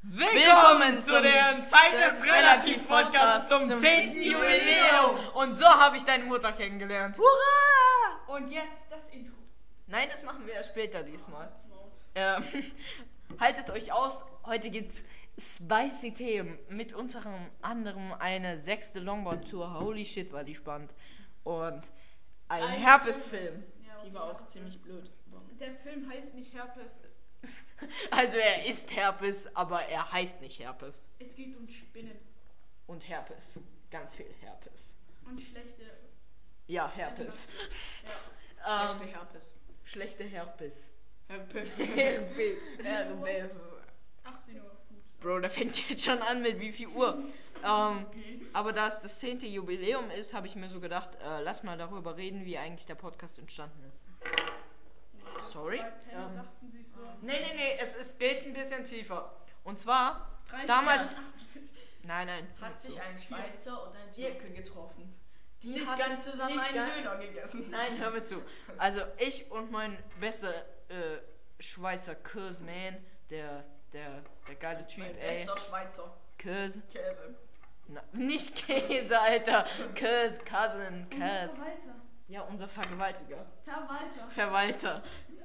Willkommen zu der Zeit des Relativ-Podcasts zum 10. Jubiläum. Und so habe ich deine Mutter kennengelernt. Hurra! Und jetzt das Intro. Nein, das machen wir erst später diesmal. Haltet euch aus, heute gibt's spicy Themen. Mit unter anderem eine 6. Longboard-Tour. Holy shit, war die spannend. Und ein Herpes-Film. Ja, Die war auch ziemlich blöd. Der Film heißt nicht Herpes. Also er ist Herpes, aber er heißt nicht Herpes. Es geht um Spinnen. Und Herpes. Ganz viel Herpes. Und schlechte... Ja, Herpes. Ja. Schlechte Herpes. Schlechte Herpes. Herpes. Herpes. 18 Uhr. Gut. Bro, da fängt jetzt schon an mit wie viel Uhr. Aber da es das 10. Jubiläum ist, habe ich mir so gedacht, lass mal darüber reden, wie eigentlich der Podcast entstanden ist. Sorry? Dachten sie so. Nee, es geht ein bisschen tiefer. Und zwar, 3 damals... Jahre. Nein. Hat sich ein Schweizer und ein Türke getroffen. Die Nicht haben ganz- zusammen nicht einen ganz- Döner gegessen. Nein, hör mir zu. Also ich und mein bester Schweizer Kursman, der geile Typ, Mein ey. bester Schweizer Kurs. Käse. Na, nicht Käse, Alter. Kurs, Cousin, Unser Kurs. Verwalter. Ja, unser Vergewaltiger. Verwalter.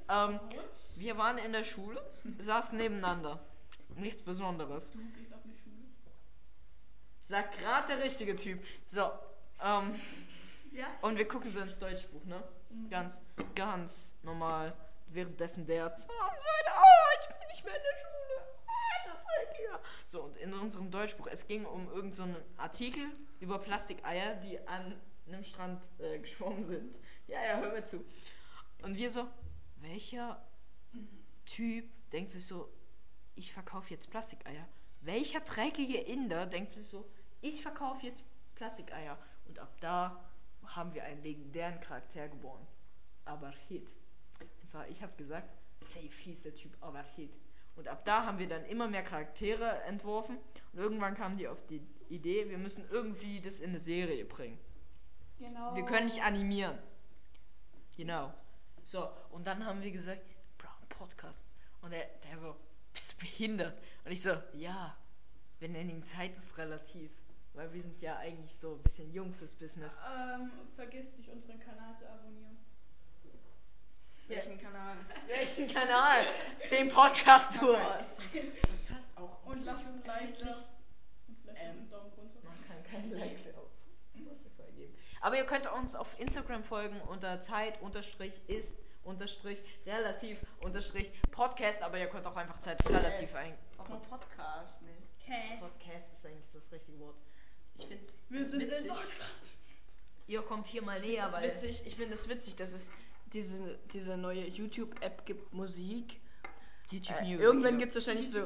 Wir waren in der Schule, saßen nebeneinander. Nichts Besonderes. Du gehst auf eine Schule. Sag grad der richtige Typ. So, Ja. und wir gucken so ins Deutschbuch, ne? Ganz normal. Währenddessen der Zahnseide. Oh, ich bin nicht mehr in der Schule. Das Dreckige. So, und in unserem Deutschbuch, es ging um irgendeinen so einen Artikel über Plastikeier, die an einem Strand geschwommen sind. Ja, hör mir zu. Und wir so, welcher Typ denkt sich so, ich verkaufe jetzt Plastikeier? Welcher dreckige Inder denkt sich so, ich verkaufe jetzt Plastikeier? Und ab da haben wir einen legendären Charakter geboren. Abarchid. Und zwar, ich habe gesagt, safe hieß der Typ Abarchid. Und ab da haben wir dann immer mehr Charaktere entworfen. Und irgendwann kamen die auf die Idee, wir müssen irgendwie das in eine Serie bringen. Genau. Wir können nicht animieren. Genau. So, und dann haben wir gesagt, Bro, Podcast. Und der so, bist du behindert? Und ich so, ja, wir nennen ihn Zeit ist relativ. Weil wir sind ja eigentlich so ein bisschen jung fürs Business. Vergiss nicht, unseren Kanal zu abonnieren. Welchen Kanal? Welchen Kanal? Den Podcast-Tour. Ist der Podcast auch Und lass ein Like da. öffentlich? Und vielleicht einen Daumen runter. Man kann keine Likes auf Spotify geben. Aber ihr könnt uns auf Instagram folgen unter Zeit_ist_relativ_Podcast, aber ihr könnt auch einfach Zeit ist relativ ein. Auch ein Podcast, ne? Podcast ist eigentlich das richtige Wort. Ich finde Wir sind in witzig. Deutschland. Ihr kommt hier mal näher, Das weil witzig. Ich finde es witzig, dass es diese neue YouTube-App gibt, Musik. YouTube Music, Irgendwann ja. gibt es wahrscheinlich so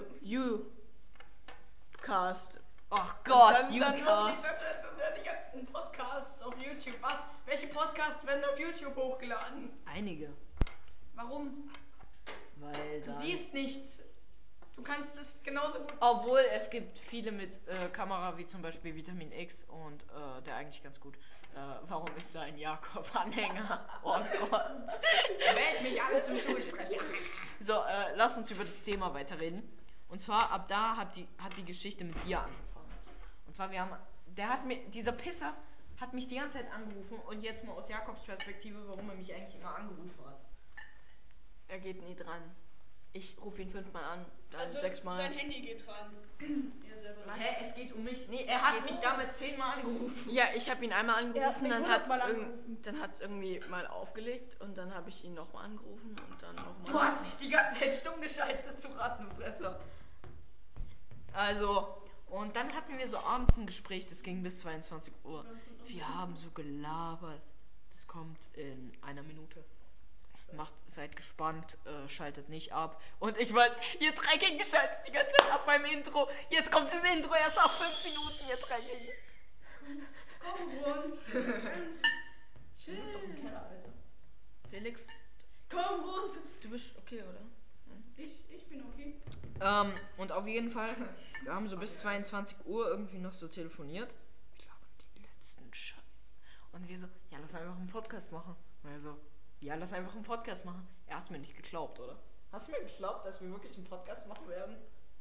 Ucast. Ach Gott, Dann Ucast. werden die ganzen Podcasts auf YouTube. Was? Welche Podcasts werden auf YouTube hochgeladen? Einige. Warum? Weil Du dann siehst nichts. Du kannst es genauso gut. Obwohl es gibt viele mit Kamera, wie zum Beispiel Vitamin X und der eigentlich ganz gut. Warum ist da ein Jakob-Anhänger? Oh Gott. Wählt mich alle zum Schulsprecher. So, lass uns über das Thema weiterreden. Und zwar, ab da hat die Geschichte mit dir angefangen. Und zwar, dieser Pisser hat mich die ganze Zeit angerufen und jetzt mal aus Jakobs Perspektive, warum er mich eigentlich immer angerufen hat. Er geht nie dran. Ich rufe ihn 5-mal an, dann Also 6-mal. sein Handy geht dran. Er selber. Was? Hä, es geht um mich. Nee, Er es hat geht mich um- damit 10-mal angerufen. Ja, ich habe ihn einmal Er hat angerufen, mich dann 100-mal hat's angerufen. irgendwie mal aufgelegt und dann habe ich ihn nochmal angerufen und dann nochmal. Du hast dich die ganze Zeit stumm geschaltet zu Rattenfresser. Also, und dann hatten wir so abends ein Gespräch, das ging bis 22 Uhr. Wir haben so gelabert. Das kommt in einer Minute. Seid gespannt, schaltet nicht ab. Und ich weiß, ihr Dreckigen schaltet die ganze Zeit ab beim Intro. Jetzt kommt das Intro erst nach 5 Minuten, ihr Dreckigen. Komm rund. Wir sind doch im Keller, Alter. Felix, Komm rund. du bist okay, oder? Ich bin okay. Und auf jeden Fall, wir haben so bis 22 Uhr irgendwie noch so telefoniert. Wir labern die letzten Scheiß. Und wir so, ja, lass einfach einen Podcast machen. Und er so, ja, lass einfach einen Podcast machen. Er hat mir nicht geglaubt, oder? Hast du mir geglaubt, dass wir wirklich einen Podcast machen werden?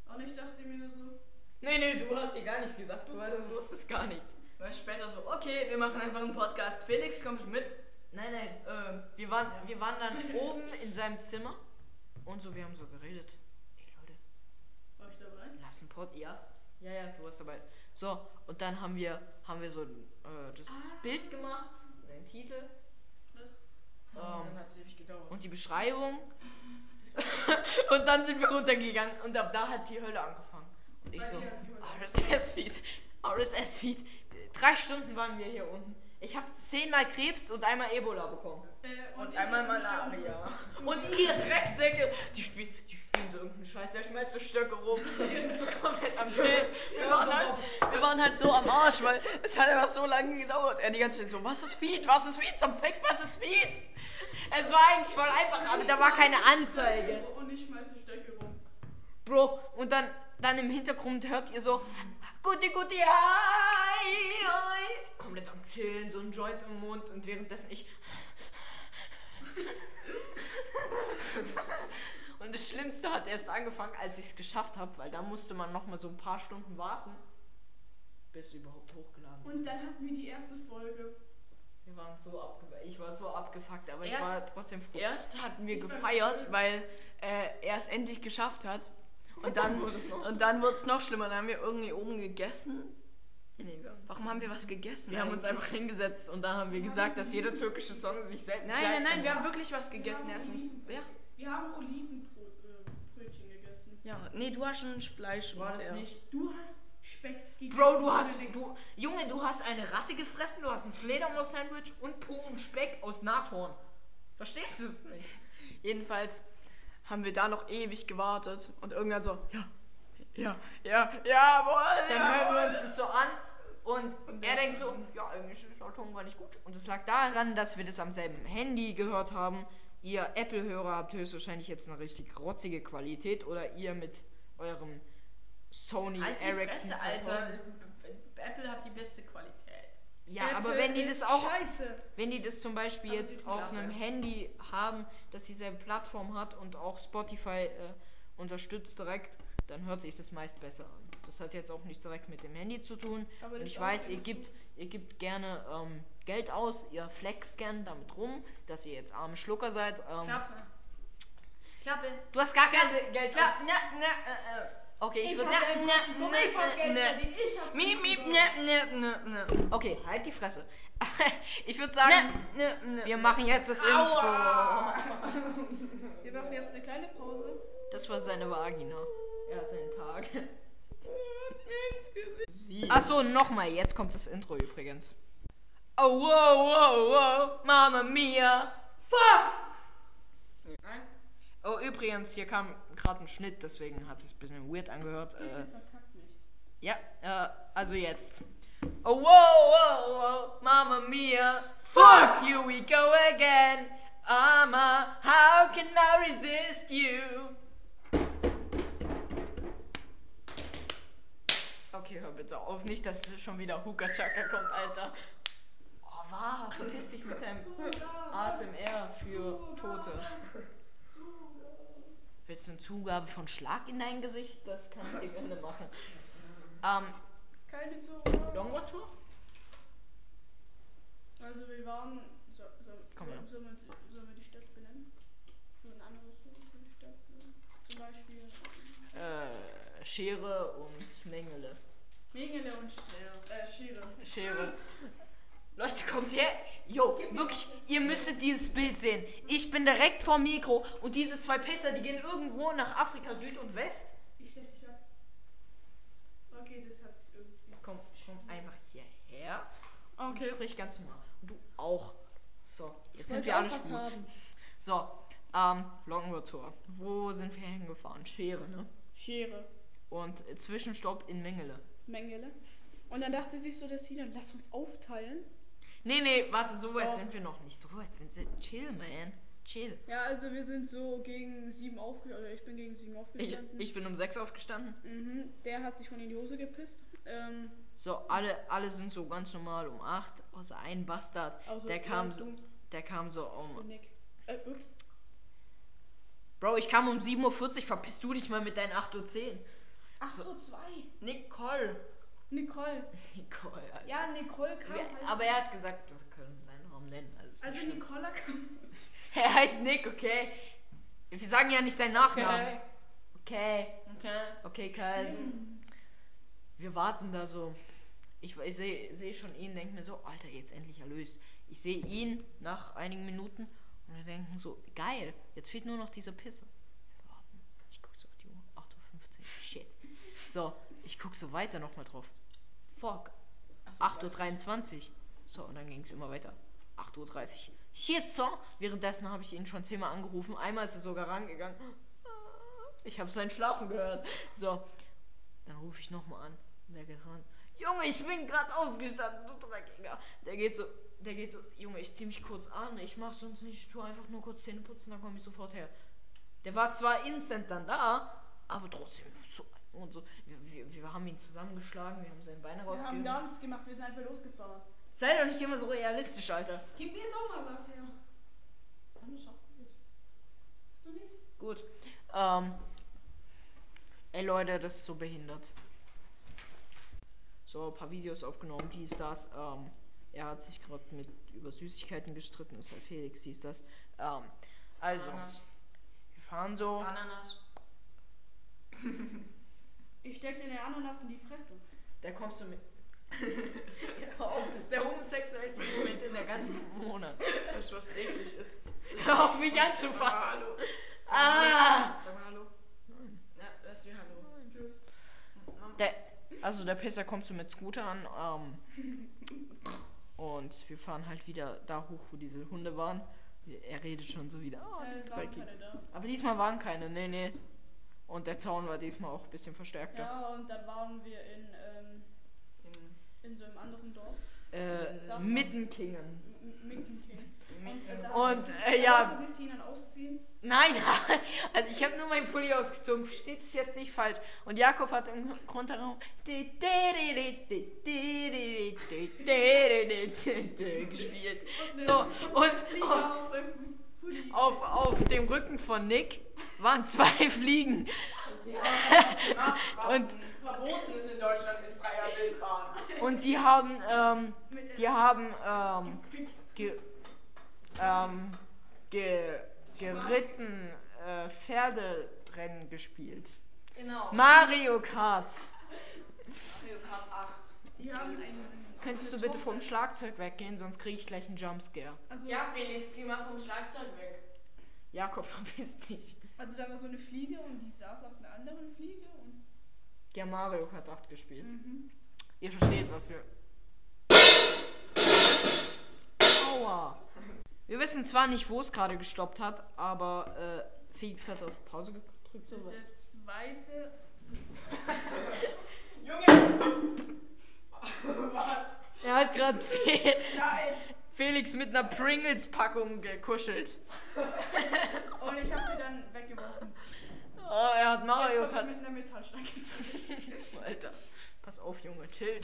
Und ich dachte mir nur so, Nee, du hast dir gar nichts gesagt. Du wusstest gar nichts. Weil später so, okay, wir machen einfach einen Podcast. Felix, kommst du mit? Nein. Wir waren dann oben in seinem Zimmer und so, wir haben so geredet. Ey Leute, war ich dabei? lass einen Pod. Ja, du warst dabei. So, und dann haben wir so das Bild gemacht, den Titel. Dann hat es ewig gedauert. Und die Beschreibung. Und dann sind wir runtergegangen und ab da hat die Hölle angefangen. Und ich so, RSS-Feed. 3 Stunden waren wir hier unten. Ich habe 10-mal Krebs und einmal Ebola bekommen. Und einmal Malaria. Und ihr Drecksäcke, die spielen so irgendeinen Scheiß, der schmeißt so Stöcke rum. Die sind so komplett am Chillen. Wir waren halt so am Arsch, weil es hat einfach so lange gedauert. Er die ganze Zeit so, was ist Feed? Was ist Feed? Zum Fick, was ist Feed? Es war eigentlich voll einfach, aber da war keine Anzeige. Und ich schmeiße Stöcke rum. Bro, und dann im Hintergrund hört ihr so, Guti, hi. Komplett am Chillen, so ein Joint im Mund und währenddessen ich. Und das Schlimmste hat erst angefangen, als ich es geschafft habe, weil da musste man nochmal so ein paar Stunden warten, bis überhaupt hochgeladen wurde. Und dann hatten wir die erste Folge. Wir waren so abgefuckt. Ich war so abgefuckt, aber ich war trotzdem froh. Erst hatten wir gefeiert, weil er es endlich geschafft hat. Und dann wurde es noch schlimmer. Dann haben wir irgendwie oben gegessen. Warum haben wir was gegessen? Wir haben uns einfach hingesetzt und dann haben wir gesagt, dass jeder türkische Song sich selbst. Nein, wir haben wirklich was gegessen. Wir haben Olivenbrötchen gegessen. Ja, nee, du hast schon Fleisch. War das nicht? Du hast Speck gegessen. Bro, Junge, du hast eine Ratte gefressen, du hast ein Fledermaus-Sandwich und puren Speck aus Nashorn. Verstehst du es nicht? Jedenfalls haben wir da noch ewig gewartet und irgendwann so, jawohl. Dann hören wir uns das so an und er denkt so, ja, eigentlich ist der Ton gar nicht gut. Und es lag daran, dass wir das am selben Handy gehört haben. Ihr Apple-Hörer habt höchstwahrscheinlich jetzt eine richtig rotzige Qualität oder ihr mit eurem Sony Ericsson 2000. Alter. Apple hat die beste Qualität. Ja, Apple aber wenn die das auch, scheiße. wenn die das zum Beispiel Aber jetzt die auf Klappe. einem Handy haben, das dieselbe Plattform hat und auch Spotify unterstützt direkt, dann hört sich das meist besser an. Das hat jetzt auch nichts direkt mit dem Handy zu tun. Aber Und das ich ist auch weiß, ihr immer gebt gerne Geld aus, ihr flext gern damit rum, dass ihr jetzt arme Schlucker seid. Klappe. Du hast gar kein Geld aus. Okay, ich würde Okay, halt die Fresse. Ich würde sagen, wir machen jetzt das Intro. Wir machen jetzt eine kleine Pause. Das war seine Vagina. Er hat seinen Tag. Achso, nochmal, jetzt kommt das Intro übrigens. Oh, wow, Mamma Mia. Fuck! Oh, übrigens, hier kam gerade ein Schnitt, deswegen hat es ein bisschen weird angehört. Verkackt nicht. Ja, also jetzt. Oh, wow, Mamma Mia. Fuck, here we go again. Ama, how can I resist you? Okay, hör bitte auf. Nicht, dass schon wieder Hookah Chaka kommt, Alter. Oh, wahr. Verpiss dich mit deinem ASMR für Tote. Willst du eine Zugabe von Schlag in dein Gesicht? Das kann ich dir gerne machen. Keine Zugabe. Longboard Tour? Also wir waren. Komm her. Sollen wir die Stadt benennen? So ein anderes Wort für die Stadt. Zum Beispiel. Schere und Mengele. Mengele und Schere. Schere. Leute, kommt her. Jo, wirklich, ihr müsstet dieses Bild sehen. Ich bin direkt vorm Mikro und diese 2 Pisser, die gehen irgendwo nach Afrika Süd und West. Ich stech dich ab. Okay, das hat sich irgendwie. Komm einfach hierher. Und Okay. sprich ganz normal. Und du auch. So, jetzt sind Wollte wir auch alle was schwul. haben. So, Longboard Tour. Wo sind wir hingefahren? Schere, ne? Schere. Und Zwischenstopp in Mengele. Mengele. Und dann dachte sich so der Sina, lass uns aufteilen. Nee, warte, so weit Oh. sind wir noch nicht. So weit sind chill, man. Chill. Ja, also wir sind so gegen 7 aufgestanden, oder ich bin gegen 7 aufgestanden. Ich bin um 6 aufgestanden. Der hat sich schon in die Hose gepisst. So, alle sind so ganz normal um 8, außer ein Bastard. Also, Der kam so so um... Nick. Ups. Bro, ich kam um 7:40 Uhr, verpiss du dich mal mit deinen 8:10 Uhr. Ach so, 2. Nicole. Nicole. Alter. Ja, Nicole kam halt. Aber er hat gesagt, wir können seinen Namen nennen. Also Nicola kam. Er heißt Nick, okay? Wir sagen ja nicht seinen Nachnamen. Okay, Cousin. Wir warten da so. Ich sehe schon ihn, denke mir so, Alter, jetzt endlich erlöst. Ich sehe ihn nach einigen Minuten und wir denken so, geil, jetzt fehlt nur noch dieser Pisser. Warten. Ich gucke so auf die Uhr, 8:15 Uhr, shit. So, ich gucke so weiter nochmal drauf. Fuck. 8:23 Uhr. So, und dann ging es immer weiter. 8:30 Uhr. Shit, so. Währenddessen habe ich ihn schon 10-mal angerufen. Einmal ist er sogar rangegangen. Ich habe sein Schlafen gehört. So, dann rufe ich nochmal an. Der geht ran. Junge, ich bin gerade aufgestanden, du Dreckiger. Der geht so, Junge, ich zieh mich kurz an. Ich mach sonst nicht, ich tu einfach nur kurz Zähne putzen, dann komme ich sofort her. Der war zwar instant dann da, aber trotzdem so und so. Wir haben ihn zusammengeschlagen, wir haben seine Beine rausgegeben. Wir haben gar nichts gemacht, wir sind einfach losgefahren. Sei doch nicht immer so realistisch, Alter. Gib mir jetzt auch mal was her. Anders auch gut. Hast du nicht? Gut. Ey Leute, das ist so behindert. So, ein paar Videos aufgenommen, dies, das. Er hat sich gerade über Süßigkeiten gestritten, ist halt Felix, dies, das. Also, Ananas. wir fahren so. Ananas. Ich steck dir eine Ananas in die Fresse. Da kommst du mit. Das ist der homosexuellste Moment in der ganzen Monat. Das ist was eklig ist. Hör auf mich anzufassen. Hallo. Sag mal hallo. Nein. Ja, lass dir hallo. Tschüss. Der Pisser kommt so mit Scooter an. Und wir fahren halt wieder da hoch, wo diese Hunde waren. Er redet schon so wieder. Oh, die waren keine da. Aber diesmal waren keine, nee. Und der Zaun war diesmal auch ein bisschen verstärkter. Ja, und dann waren wir in so einem anderen Dorf. Mittenkingen. Und ja. Wollte sich dann ausziehen? Nein, also ich habe nur meinen Pulli ausgezogen, versteht sich jetzt nicht falsch. Und Jakob hat im Grundraum gespielt. So, und auf dem Rücken von Nick waren 2 Fliegen. Und verboten ist in Deutschland in freier Wildbahn. Und die haben geritten, Pferderennen gespielt. Genau. Mario Kart. Mario Kart 8. Die haben Könntest du bitte vom Schlagzeug weggehen, sonst kriege ich gleich einen Jumpscare. Also, Ja, Felix, geh mal vom Schlagzeug weg. Jakob, verpiss dich. Also da war so eine Fliege und die saß auf einer anderen Fliege und... Ja, Mario Kart 8 gespielt. Ihr versteht, was wir... Aua. Wir wissen zwar nicht, wo es gerade gestoppt hat, aber Felix hat auf Pause gedrückt. Das ist der zweite... Junge! Was? Er hat gerade Felix mit einer Pringles-Packung gekuschelt. Und ich habe sie dann weggeworfen. Oh, er hat Mario Kart Kart... mit einer Metallstange gezogen. Alter, pass auf, Junge. Chill.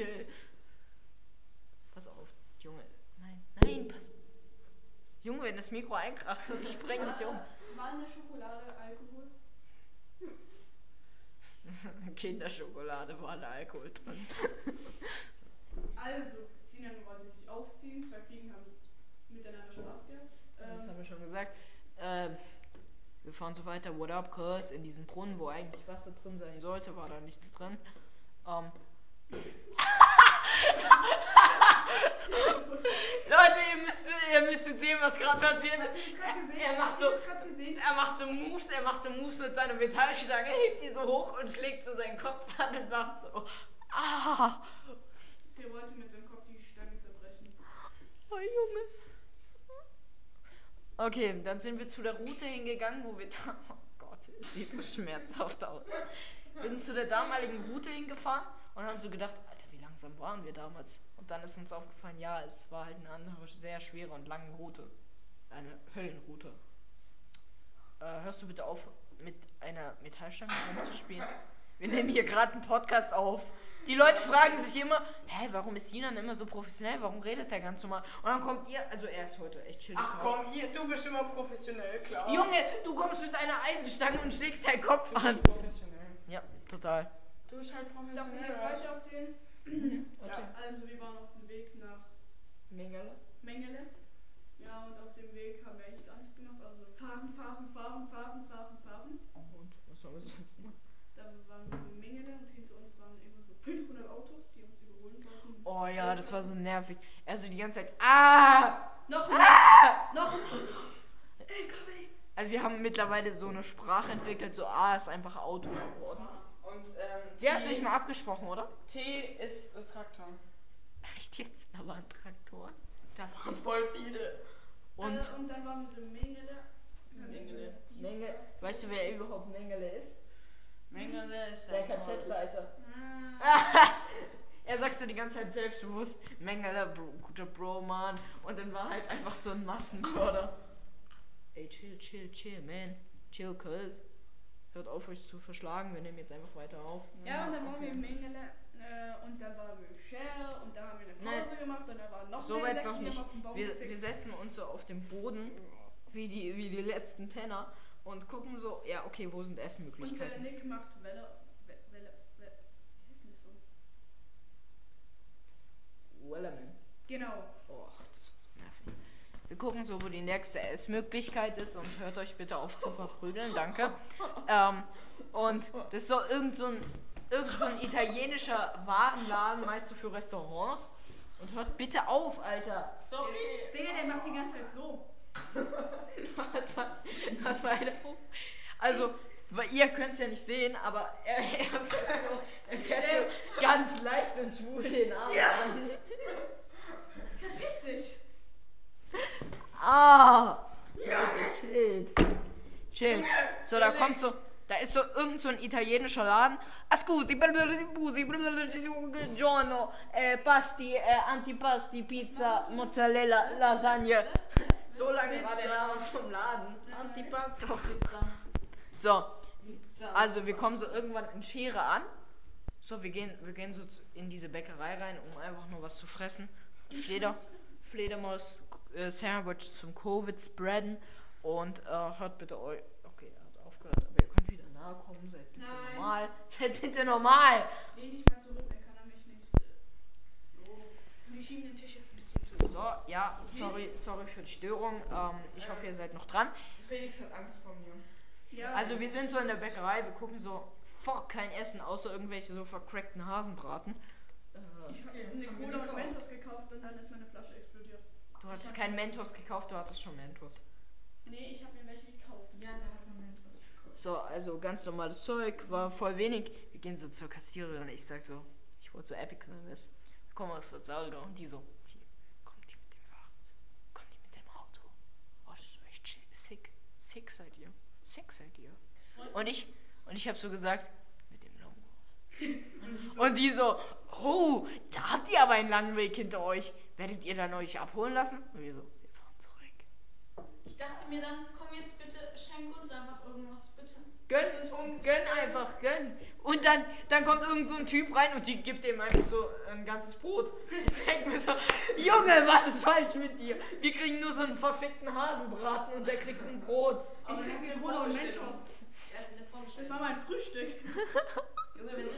Pass auf, Junge. Nein, pass... Junge, wenn das Mikro einkracht, ich spreng dich um. War in der Schokolade Alkohol? Kinderschokolade war da Alkohol drin. Also, Sinan wollte sich ausziehen, 2 Fliegen haben miteinander Spaß gehabt. Das haben wir schon gesagt. Wir fahren so weiter, what up, cuz? In diesem Brunnen, wo eigentlich Wasser drin sein sollte, war da nichts drin. Leute, ihr müsstet sehen, was gerade passiert. Er macht so Moves mit seiner Metallstange, hebt sie so hoch und schlägt so seinen Kopf an und macht so. Der wollte mit seinem Kopf die Stange zerbrechen. Oh Junge. Okay, dann sind wir zu der Route hingegangen, wo wir da... Oh Gott, es sieht so schmerzhaft aus. Wir sind zu der damaligen Route hingefahren und haben so gedacht, Alter, wie langsam waren wir damals? Und dann ist uns aufgefallen, ja, es war halt eine andere, sehr schwere und lange Route. Eine Höllenroute. Hörst du bitte auf, mit einer Metallstange rumzuspielen? Wir nehmen hier gerade einen Podcast auf. Die Leute fragen sich immer, warum ist Sinan immer so professionell? Warum redet der ganz normal? Und dann kommt ihr, also er ist heute echt chillig. Ach komm, du bist immer professionell, klar. Junge, du kommst mit einer Eisenstange und schlägst deinen Kopf an. Professionell. Ja, total. Du bist halt Darf ich jetzt weiter erzählen? Ja, also wir waren auf dem Weg nach Mengele. Ja, und auf dem Weg haben wir eigentlich gar nichts gemacht. Also fahren. Und was sollen wir sonst machen? Dann waren wir in Mengele und hinter uns waren immer so 500 Autos, die uns überholen wollten. Oh ja, das war so nervig. Also die ganze Zeit. Noch ein Auto! LKW! Also wir haben mittlerweile so eine Sprache entwickelt, so ist einfach Auto geworden. Und Wir haben es nicht mal abgesprochen, oder? T ist Traktor. Echt jetzt? Da waren Traktoren. Da waren voll viele. Und dann waren wir so in Mengele. Weißt du, wer überhaupt Mengele ist? Mengele ist Der KZ-Leiter. Er sagt so die ganze Zeit selbstbewusst, Mengele, guter Bro, Mann. Und dann war halt einfach so ein Massenmörder. Ey, chill, man. Chill, cuz. Hört auf, euch zu verschlagen. Wir nehmen jetzt einfach weiter auf. Ja, und dann waren wir in Mengele. Und dann waren wir im Share. Und da haben wir eine Pause gemacht. Und da waren noch so mehr weit noch nicht. auf dem Baum Wir setzen uns so auf dem Boden, wie die letzten Penner. Und gucken so, ja, okay, wo sind Essmöglichkeiten? Und Nick macht Welle. Wie heißt denn das so? Wellerman. Genau. Och, das war so nervig. Wir gucken so, wo die nächste Essmöglichkeit ist und hört euch bitte auf zu verprügeln, danke. Und das ist so irgend so ein italienischer Warenladen, meist so für Restaurants. Und hört bitte auf, Alter. Sorry. Digga, der macht die ganze Zeit so. Hört weiter auf. Also, weil ihr könnt es ja nicht sehen, aber er fässt so ganz leicht und schwul den Arm an. Verpiss dich. Chillt. So, da ist so irgend so ein italienischer Laden. Scusi, buongiorno, pasti, antipasti, Pizza, Mozzarella, Lasagne. So lange war der Name vom Laden. Antipasti. So, also wir kommen so irgendwann in Schere an. So, wir gehen so in diese Bäckerei rein, um einfach nur was zu fressen. Fledermaus Sandwich zum Covid spreaden. Und hört bitte euch. Okay, er hat aufgehört, aber ihr könnt wieder nahe kommen. Seid bitte normal. Seid bitte normal. Lehn dich mal zurück, dann kann er mich nicht. So. Wir schieben den Tisch jetzt ein bisschen zu. So, ja, sorry für die Störung. Ich hoffe, ihr seid noch dran. Felix hat Angst vor mir. Ja. Also wir sind so in der Bäckerei, wir gucken so, kein Essen, außer irgendwelche so vercrackten Hasenbraten. Ich habe eine Cola und Mentos gekauft und dann ist meine Flasche explodiert. Du hattest keinen Mentos gekauft, du hattest schon Mentos. Nee, ich habe mir welche gekauft. Ja, der hat einen Mentos gekauft. So, also ganz normales Zeug, war voll wenig. Wir gehen so zur Kassiererin und ich sag so, ich wollte so Epic sein, wir kommen aus Verzalga und die so, kommt die mit dem Fahrrad? Kommt die mit dem Auto? Oh, das ist echt sick. Sick seid ihr. Und ich hab so gesagt, mit dem Longo. Und die so, oh, da habt ihr aber einen langen Weg hinter euch. Werdet ihr dann euch abholen lassen? Und wir so, wir fahren zurück. Ich dachte mir dann, komm jetzt bitte, schenk uns einfach irgendwas, bitte. Gönn einfach. Und dann kommt irgend so ein Typ rein und die gibt ihm einfach so ein ganzes Brot. Ich denk mir so, Junge, was ist falsch mit dir? Wir kriegen nur so einen verfickten Hasenbraten und der kriegt ein Brot. Ich krieg Cola und Mentos. Das war mein Frühstück. Junge, wenn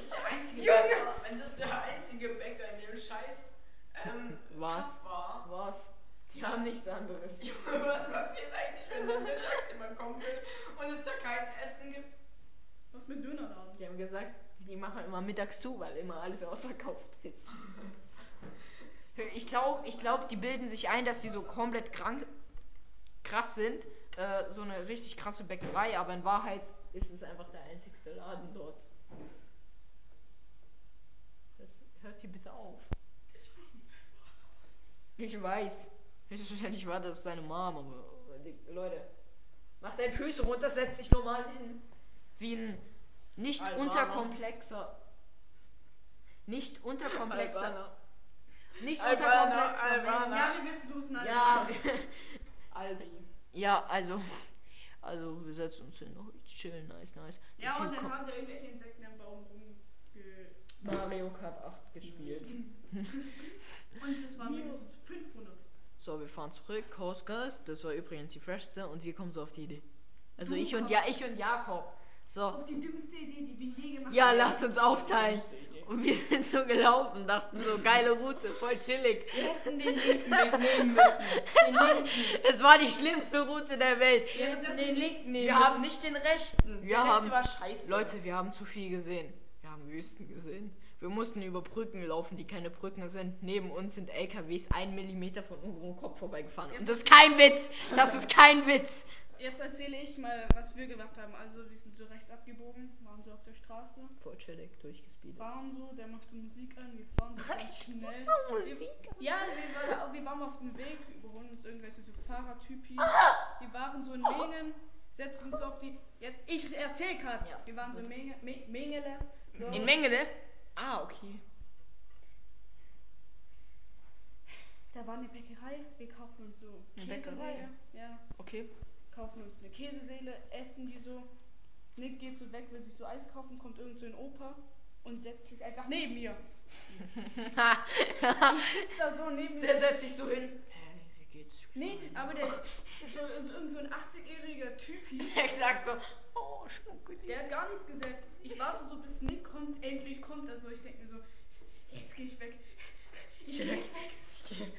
das der einzige Bäcker in dem Scheiß Was? war. Was? Die haben nichts anderes. Junge, was passiert eigentlich, wenn dann mittags jemand kommen will und es da kein Essen gibt? Was mit Dönerladen? Die haben gesagt, die machen immer mittags zu, weil immer alles ausverkauft ist. Ich glaube, die bilden sich ein, dass die so komplett krass sind. So eine richtig krasse Bäckerei, aber in Wahrheit ist es einfach der einzigste Laden dort. Hört sie bitte auf. Ich weiß. Wahrscheinlich war das seine Mom, aber Leute, mach deine Füße runter, setz dich normal hin. Wie ein nicht unterkomplexer. Albaner. Ja, wir wissen, du bist ein Ja. Albi. Ja, also wir setzen uns hin, chillen, nice. Ja, und dann haben da irgendwelche Insekten am Baum Mario Kart 8 gespielt. Und das waren mindestens 500. So, wir fahren zurück, Coast Guys, das war übrigens die freshste und wir kommen so auf die Idee. Also ich und Jakob. So. Auf die dümmste Idee, die wir je gemacht haben. Ja, lass uns aufteilen. Und wir sind so gelaufen, dachten so, geile Route, voll chillig. Wir hätten den linken Weg nehmen müssen. Es war die schlimmste Route der Welt. Wir hätten den linken nehmen müssen, nicht den rechten. Der rechte war scheiße. Leute, wir haben zu viel gesehen. Wir haben Wüsten gesehen. Wir mussten über Brücken laufen, die keine Brücken sind. Neben uns sind LKWs 1 Millimeter von unserem Kopf vorbeigefahren. Und das ist kein Witz. Das ist kein Witz. Jetzt erzähle ich mal, was wir gemacht haben. Also, wir sind so rechts abgebogen, waren so auf der Straße. Voll chillig, durchgespeedet. Fahren so, der macht so Musik an, wir fahren so ganz schnell. Wir waren auf dem Weg, überholen uns irgendwelche so Fahrertypis. Wir waren so in Mengen, setzten uns auf die. Jetzt, ich erzähl gerade. Ja. Wir waren so in Mengele. So. In Mengele? Ah, okay. Da war eine Bäckerei, wir kaufen uns so eine Bäckerei? Ja. Okay. Kaufen uns eine Käseseele, essen die so. Nick geht so weg, will sich so Eis kaufen, kommt irgend so ein Opa und setzt sich einfach neben mir. Ich sitze da so neben mir. Der setzt sich so hin. Wie geht's? Nee, aber der ist so irgend so ein 80-jähriger Typi. Der sagt so, oh, Schnuckel. Der hat gar nichts gesagt. Ich warte so, bis Nick kommt, endlich kommt er so. Ich denke mir so, jetzt geh ich weg. Ich geh jetzt weg.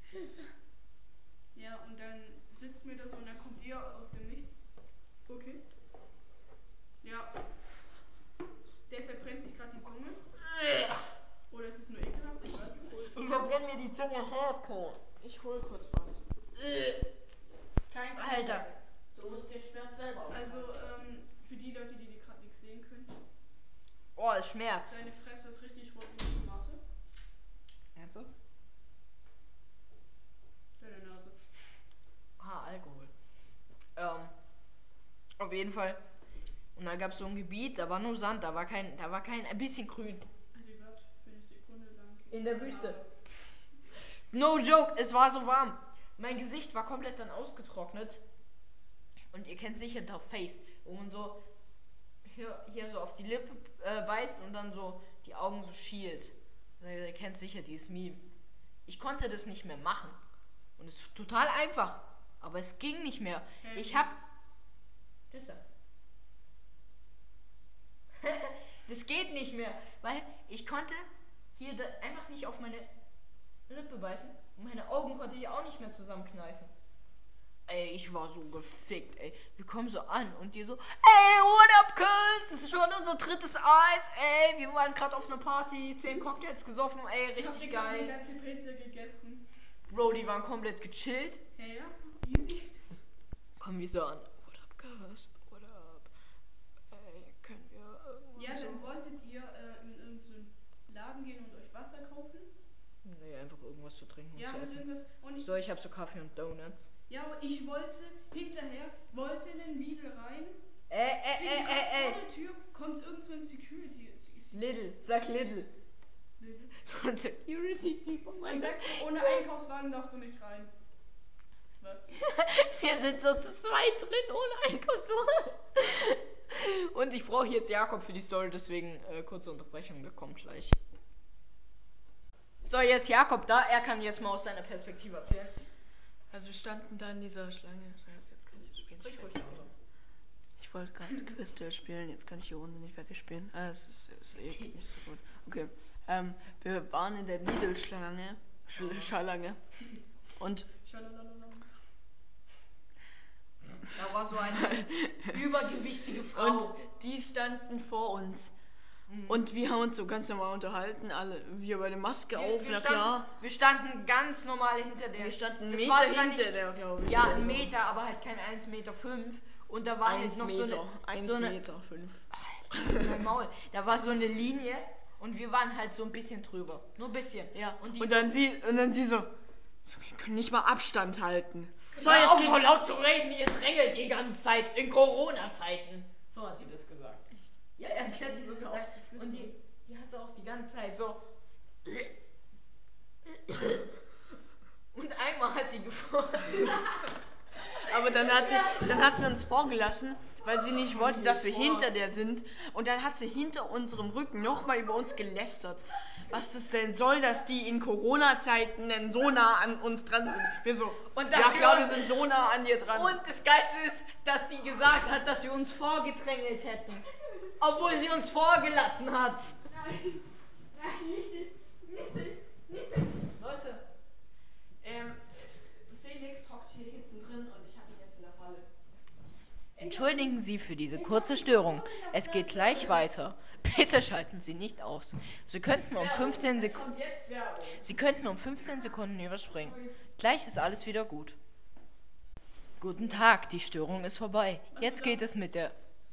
Ja, und dann sitzt mir das und dann kommt ihr aus dem Nichts. Okay. Ja. Der verbrennt sich gerade die Zunge. Oder ist es nur ekelhaft? Ich weiß es nicht. Ich verbrenne mir die Zunge hardcore. Ich hol kurz was. Kein Alter. Du musst den Schmerz selber aushalten. Also, für die Leute, die gerade nichts sehen können. Oh, es schmerzt. Deine Fresse ist richtig rot wie eine Tomate. Ernsthaft? Deine Nase. Alkohol. Auf jeden Fall. Und da gab es so ein Gebiet, da war nur Sand, da war kein ein bisschen grün. Sie wird für eine Sekunde lang in der Wüste. No joke, es war so warm. Mein Gesicht war komplett dann ausgetrocknet. Und ihr kennt sicher das Face, wo man so hier so auf die Lippe beißt und dann so die Augen so schielt. Also ihr kennt sicher dieses Meme. Ich konnte das nicht mehr machen. Und es ist total einfach. Aber es ging nicht mehr. Ich hab... Das geht nicht mehr. Weil ich konnte hier einfach nicht auf meine Lippe beißen. Und meine Augen konnte ich auch nicht mehr zusammenkneifen. Ey, ich war so gefickt, ey. Wir kommen so an und die so, ey, what up, Cuz? Das ist schon unser drittes Eis, ey. Wir waren gerade auf einer Party, 10 Cocktails gesoffen, ey, richtig geil. Ich hab die ganze Pizza gegessen. Bro, die waren komplett gechillt. Ja, easy. Kommen wir so an. What up, Cuz? What up? Ey, können wir irgendwas... Ja, dann wolltet ihr in irgendeinen Laden gehen und euch Wasser kaufen? Nee, einfach irgendwas zu trinken und zu essen. So, ich hab so Kaffee und Donuts. Ja, aber ich wollte in den Lidl rein. Vor der Tür kommt irgend so ein Security. Lidl, sag Lidl. So ein Security-Typ. Man sagt so, ohne Einkaufswagen darfst du nicht rein. Was? Wir sind so zu zweit drin, ohne Einkaufswagen. Und ich brauche jetzt Jakob für die Story, deswegen kurze Unterbrechung, der kommt gleich. So, jetzt Jakob da, er kann jetzt mal aus seiner Perspektive erzählen. Also wir standen da in dieser Schlange. Das heißt, jetzt kann ich das Spiel nicht weiterspielen. Ich wollte gerade Crystal spielen, jetzt kann ich die Runde nicht weiterspielen. Es ist eh nicht so gut. Okay. Wir waren in der Lidl-Schlange. Schalange. Und da war so eine übergewichtige Frau. Und die standen vor uns. Und wir haben uns so ganz normal unterhalten, alle, wir bei der Maske auf, na klar. Wir standen ganz normal hinter der. Wir standen einen Meter hinter der, glaube ich. Ja, einen Meter, aber halt kein 1,5 Meter. Und da war halt noch so eine... 1,5 Meter. Alter, mein Maul. Da war so eine Linie und wir waren halt so ein bisschen drüber. Nur ein bisschen. Ja. Und dann sie so, wir können nicht mal Abstand halten. So, jetzt auf, so laut zu reden, ihr drängelt die ganze Zeit in Corona-Zeiten. So hat sie das gesagt. Ja, die hat sie so gesagt. Und die hat so auch die ganze Zeit so. Und einmal hat die gefroren. Aber dann hat sie uns vorgelassen weil sie nicht wollte, dass wir hinter der sind. Und dann hat sie hinter unserem Rücken nochmal über uns gelästert. Was das denn soll, dass die in Corona-Zeiten denn so nah an uns dran sind. Wir so, und das ja klar, wir sind so nah an dir dran. Und das Geilste ist, dass sie gesagt hat, dass wir uns vorgedrängelt hätten. Obwohl sie uns vorgelassen hat. Nein, nicht. Leute, Felix hockt hier hinten drin und ich habe ihn jetzt in der Falle. Entschuldigen Sie für diese kurze Störung. Es geht gleich weiter. Bitte schalten Sie nicht aus. Sie könnten um 15 Sekunden überspringen. Gleich ist alles wieder gut. Guten Tag, die Störung ist vorbei. Jetzt geht es mit der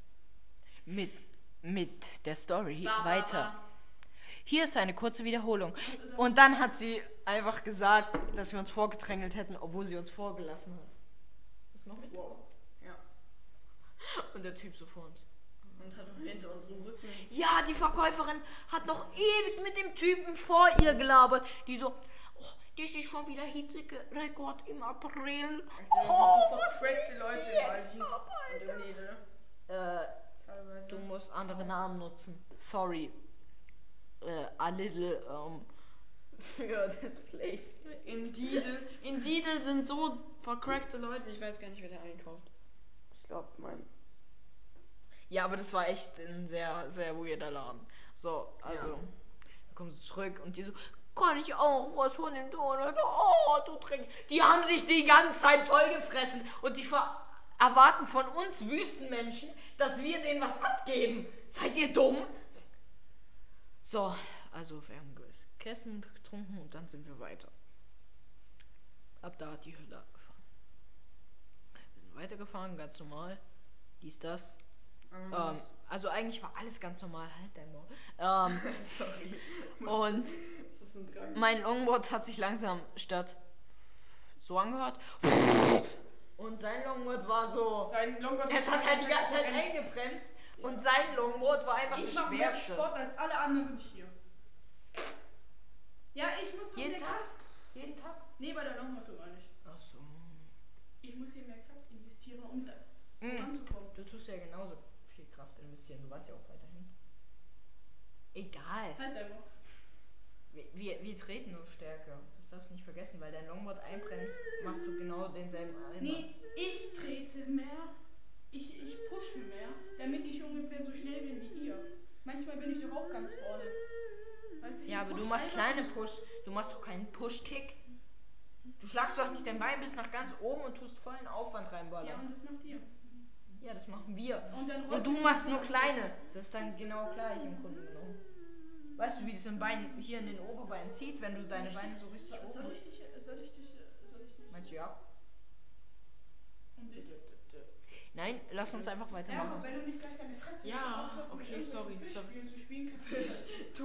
Story weiter. Hier ist eine kurze Wiederholung. Und dann hat sie einfach gesagt, dass wir uns vorgedrängelt hätten, obwohl sie uns vorgelassen hat. Das noch mit? Wow. Ja. Und der Typ so vor uns. Und hat auch hinter unserem Rücken. Ja, die Verkäuferin hat noch ewig mit dem Typen vor ihr gelabert. Die so, oh, das ist schon wieder Hitzerekord im April. Oh, so vercrackte Leute im Aldi und im Lidl. Teilweise. Du musst andere Namen nutzen. Sorry. A little für das Place. In Lidl sind so vercrackte Leute. Ich weiß gar nicht, wer der einkauft. Ich glaube, Ja, aber das war echt ein sehr, sehr weirder Laden. So, also, dann kommen sie zurück und die so, kann ich auch was von dem Donut? Oh, du Dreck. Die haben sich die ganze Zeit vollgefressen und die erwarten von uns Wüstenmenschen, dass wir denen was abgeben. Seid ihr dumm? So, also wir haben gegessen, getrunken und dann sind wir weiter. Ab da hat die Hölle angefangen. Wir sind weitergefahren, ganz normal. Das. Also eigentlich war alles ganz normal, halt dein Maul. Sorry. Und mein Longboard hat sich langsam statt so angehört. Und sein Longboard war so. Es hat halt die ganze Zeit eingebremst. Ja. Und sein Longboard war einfach das Schwerste. Ich mache mehr Sport als alle anderen hier. Ja, ich muss doch jeden Tag? Jeden Tag? Nee, bei der Longboard gar nicht. Ach so. Ich muss hier mehr Kraft investieren, um da voranzukommen. Du tust ja genauso viel Kraft investieren. Du warst ja auch weiterhin. Egal. Halt einfach. Wir treten nur stärker. Das darfst du nicht vergessen, weil dein Longboard einbremst, machst du genau denselben Eimer. Nee, ich trete mehr. Ich pushe mehr, damit ich ungefähr so schnell bin wie ihr. Manchmal bin ich doch auch ganz vorne. Weißt du, ja, aber du machst kleine Push. Du machst doch keinen Push-Kick. Du schlagst doch nicht dein Bein bis nach ganz oben und tust vollen Aufwand reinballern. Ja, und das macht ihr. Ja, das machen wir. Und du machst nur kleine. Das ist dann genau gleich im Grunde genommen. Weißt du, wie es ein Bein hier in den Oberbein zieht, wenn du deine Beine so richtig hoch machst? Soll ich dich? Meinst du ja? Und ich? Nein, lass uns einfach weitermachen. Ja, wenn du nicht gleich deine Fresse okay, sorry. Fisch.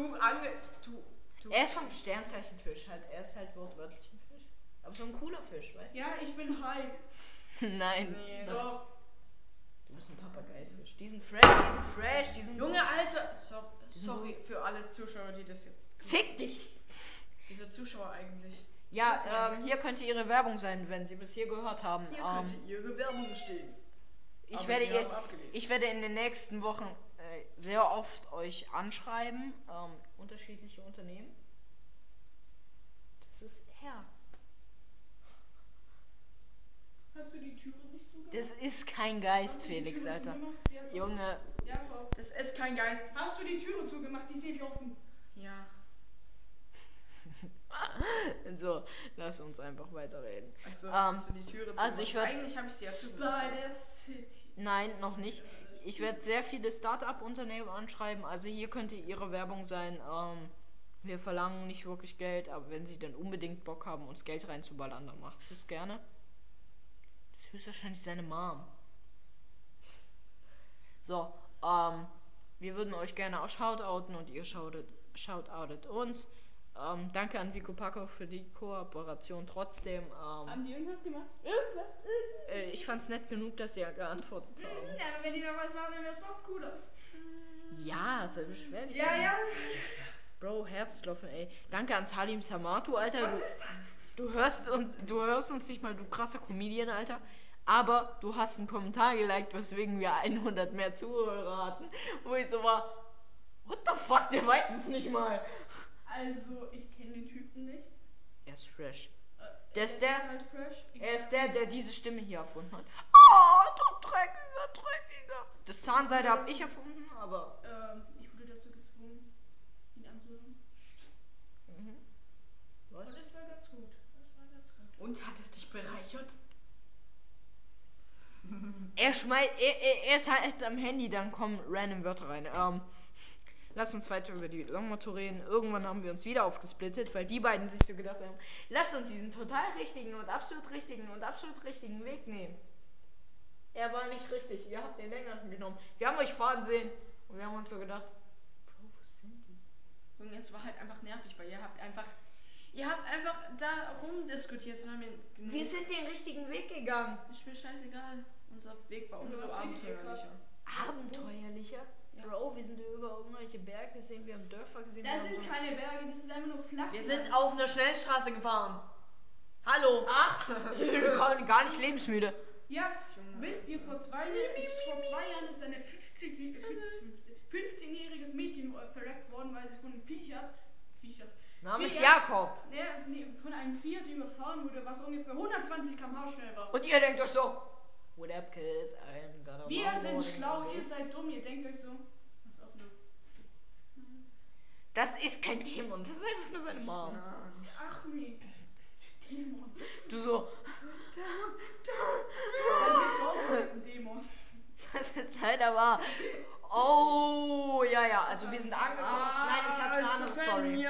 Er ist vom Sternzeichen Fisch, halt. Er ist halt wortwörtlich ein Fisch. Aber so ein cooler Fisch, weißt du? Ja, ich bin Hai. Nein. Nee, doch. Du bist ein Papageifisch. Die sind fresh. Junge, Alter. Sorry für alle Zuschauer, die das jetzt... Fick dich! Wieso Zuschauer eigentlich? Ja, hier könnte ihre Werbung sein, wenn sie bis hier gehört haben. Hier könnte ihre Werbung stehen. Ich werde in den nächsten Wochen sehr oft euch anschreiben, unterschiedliche Unternehmen. Das ist Herr. Hast du die Türe nicht zugemacht? Das ist kein Geist, Felix, Alter. Junge. Jakob. Das ist kein Geist. Hast du die Türe zugemacht? Die ist nicht offen. Ja. So, lass uns einfach weiterreden. Achso, hast du die Türe zugemacht? Also ich eigentlich habe ich sie ja zugemacht. Spider City. Nein, noch nicht. Ich werde sehr viele Start-up-Unternehmen anschreiben. Also hier könnte ihre Werbung sein. Wir verlangen nicht wirklich Geld, aber wenn sie dann unbedingt Bock haben, uns Geld reinzuballern, dann macht es gerne. Das ist höchstwahrscheinlich seine Mom. So, wir würden euch gerne auch shoutouten und ihr shoutoutet uns. Danke an Vico Paco für die Kooperation trotzdem. Haben die irgendwas gemacht? Ich fand's nett genug, dass sie ja geantwortet haben. Ja, aber wenn die noch was machen, dann wär's noch cooler. Ja, sei beschwerlich. Ja. Bro, Herzklopfen, ey. Danke an Salim Samatu, Alter. Was ist das? Du hörst uns nicht mal, du krasser Comedian, Alter. Aber du hast einen Kommentar geliked, weswegen wir 100 mehr Zuhörer hatten. Wo ich so war, what the fuck, der weiß es nicht mal. Also, ich kenne den Typen nicht. Er ist fresh. Er ist halt fresh. Er ist der diese Stimme hier erfunden hat. Oh, du dreckiger. Das Zahnseide habe ich erfunden, aber... ich wurde dazu gezwungen, ihn anzuhören. Was? Und das war ganz gut. Und hat es dich bereichert? Er ist halt am Handy, dann kommen random Wörter rein. Lass uns weiter über die Longmotto reden. Irgendwann haben wir uns wieder aufgesplittet, weil die beiden sich so gedacht haben, lass uns diesen total richtigen und absolut richtigen Weg nehmen. Er war nicht richtig, ihr habt den längeren genommen. Wir haben euch fahren sehen und wir haben uns so gedacht, Bro, wo sind die? Junge, es war halt einfach nervig, weil ihr habt einfach da rumdiskutiert. Wir sind den richtigen Weg gegangen. Ist mir scheißegal. Unser Weg war umso abenteuerlicher. Abenteuerlicher? Ja. Bro, wir sind über irgendwelche Berge gesehen, wir haben Dörfer gesehen. Das sind keine Berge, das ist einfach nur flach. Wir sind auf einer Schnellstraße gefahren. Hallo. Ach, wir waren gar nicht lebensmüde. Ja, wisst ihr, vor 2 Jahren ist eine 15-jähriges Mädchen verreckt worden, weil sie von einem Fiat namens Jakob. Von einem Fiat überfahren wurde, was ungefähr 120 km/h schnell war. Und ihr denkt euch so, what up kids, I'm gonna wir sind schlau, ihr seid dumm, ihr denkt euch so, was auf eine... Das ist kein Dämon, das ist einfach nur seine Mom. Ach nee, das ist ein Dämon. Du so, Dämon. das ist leider wahr. Oh, ja, also wir sind angekommen. Nein, ich habe eine andere Story.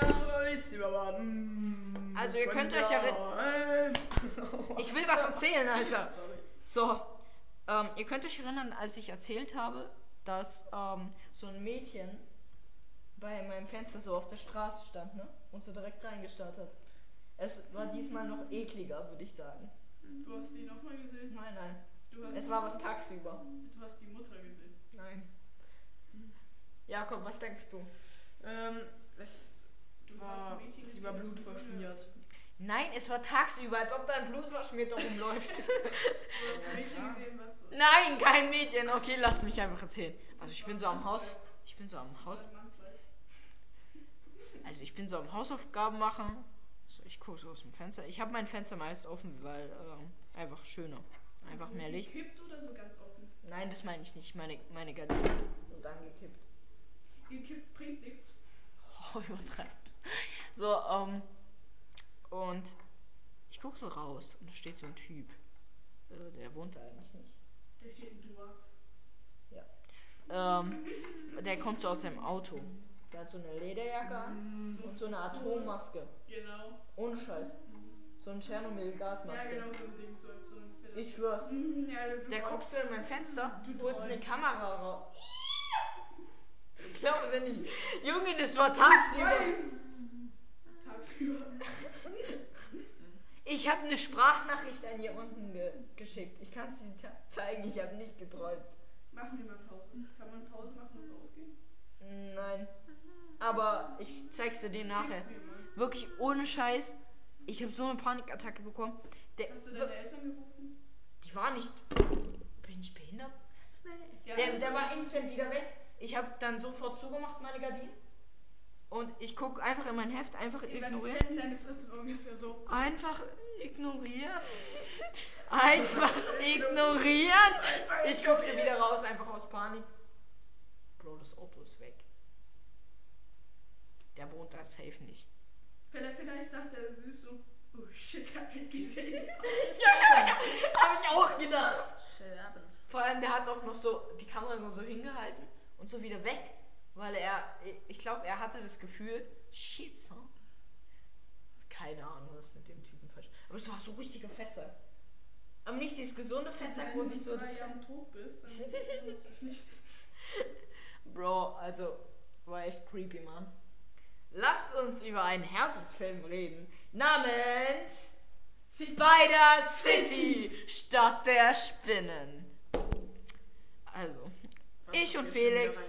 Also ihr könnt euch erinnern. Ich will was erzählen, Alter. So, ihr könnt euch erinnern, als ich erzählt habe, dass so ein Mädchen bei meinem Fenster so auf der Straße stand, ne? Und so direkt reingestarrt hat. Es war diesmal noch ekliger, würde ich sagen. Du hast die nochmal gesehen? Nein. Es war was tagsüber. Du hast die Mutter gesehen? Nein. Jakob, was denkst du? Sie war blutverschmiert. Nein, es war tagsüber, als ob da ein Blutverschmierter rumläuft. Du hast ein Mädchen gesehen, was... Nein, kein Mädchen. Okay, lass mich einfach erzählen. Also ich bin so am Haus. Also ich bin so am Hausaufgaben machen. So, ich gucke so aus dem Fenster. Ich habe mein Fenster meist offen, weil einfach schöner. Einfach mehr Licht. Gekippt oder so ganz offen? Nein, das meine ich nicht. Meine Gardine. Und dann gekippt. Gekippt bringt nichts. Oh, übertreibst. So, und ich gucke so raus und da steht so ein Typ. Der wohnt da eigentlich nicht. Der steht in Duat. Ja. Der kommt so aus seinem Auto. Der hat so eine Lederjacke an und so eine Atommaske. Genau. Ohne Scheiß. So ein Tschernobyl-Gasmaske. Ja, genau, so ein Ding. So ein Ich schwör's. Ja, der guckt so in mein Fenster, holt eine Kamera raus. Ich glaube es nicht. Junge, das war tagsüber. Ich habe eine Sprachnachricht an jemanden geschickt. Ich kann es dir zeigen, ich habe nicht geträumt. Machen wir mal Pause. Kann man Pause machen und rausgehen? Nein. Aber ich zeig's dir nachher. Wirklich ohne Scheiß. Ich habe so eine Panikattacke bekommen. Hast du deine Eltern gerufen? Die waren nicht... Bin ich behindert? Ja, der war instant wieder weg. Ich habe dann sofort zugemacht, meine Gardinen. Und ich gucke einfach in mein Heft, einfach ignorieren. Deine Fresse war ungefähr so. Einfach ignorieren. Einfach ignorieren. Ich gucke sie wieder raus, einfach aus Panik. Bro, das Auto ist weg. Der wohnt da safe nicht. Vielleicht dachte er süß so, oh shit, er hat mich gesehen. Ja, hab ich auch gedacht. Vor allem, der hat auch noch so die Kamera nur so hingehalten und so wieder weg, weil ich glaube, er hatte das Gefühl, shit, so. Keine Ahnung, was mit dem Typen falsch. Aber es war so richtiger Fettsack. Aber nicht dieses gesunde Fettsack, wo sich so das... Wenn du 2 Jahren tot bist, dann wird's nicht. Bro, also, war echt creepy, Mann. Lasst uns über einen Herzensfilm reden, namens Spider City, Stadt der Spinnen. Also, ich und Felix.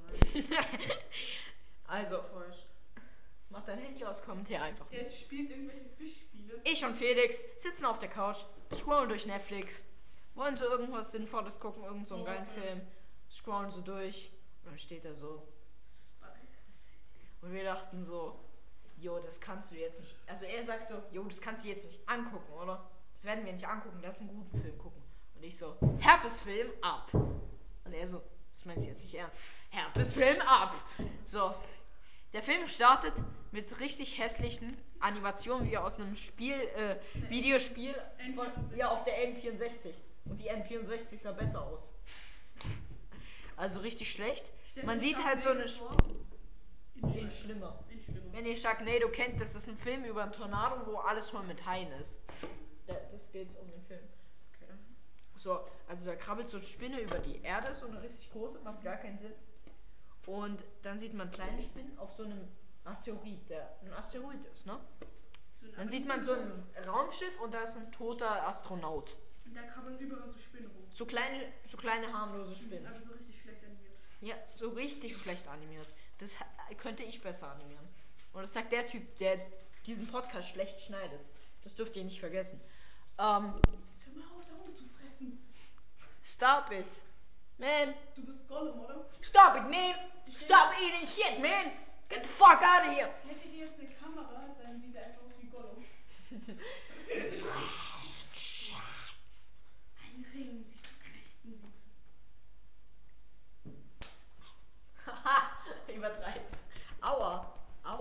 Also, mach dein Handy aus, kommt hier einfach. Der spielt irgendwelche Fischspiele. Ich und Felix sitzen auf der Couch, scrollen durch Netflix wollen so irgendwas Sinnvolles gucken, irgend so einen Oh, geilen okay. Film, scrollen so durch und dann steht er so. Und wir dachten so, jo, das kannst du jetzt nicht. Also er sagt so, jo, das kannst du jetzt nicht angucken, oder? Das werden wir nicht angucken, lass einen guten Film gucken. Und ich so, Herpesfilm ab. Und er so, das meinst du jetzt nicht ernst. Herpesfilm ab. So. Der Film startet mit richtig hässlichen Animationen wie aus einem Videospiel von, ja, auf der N64. Und die N64 sah besser aus. Also richtig schlecht. Man sieht halt so eine in schlimmer. Wenn ihr Sharknado kennt, das ist ein Film über einen Tornado, wo alles voll mit Haien ist. Das geht um den Film. Okay. So, also da krabbelt so eine Spinne über die Erde, so eine richtig große, macht gar keinen Sinn. Und dann sieht man kleine Spinnen auf so einem Asteroid, der ein Asteroid ist, ne? Dann sieht man so ein Raumschiff und da ist ein toter Astronaut. Und da krabbeln überall so Spinnen rum. So kleine harmlose Spinnen. Aber so richtig schlecht animiert. Ja, so richtig schlecht animiert. Das könnte ich besser animieren. Und das sagt der Typ, der diesen Podcast schlecht schneidet. Das dürft ihr nicht vergessen. Jetzt hör mal auf, da rumzufressen. Stop it. Man. Du bist Gollum, oder? Stop it, man. Stop eating shit, man. Get the fuck out of here. Hättet ihr jetzt eine Kamera, dann sieht er einfach aus wie Gollum. Schatz. Ein Ring, sie zu knechten, sie zu... Haha, übertreib's. Aua.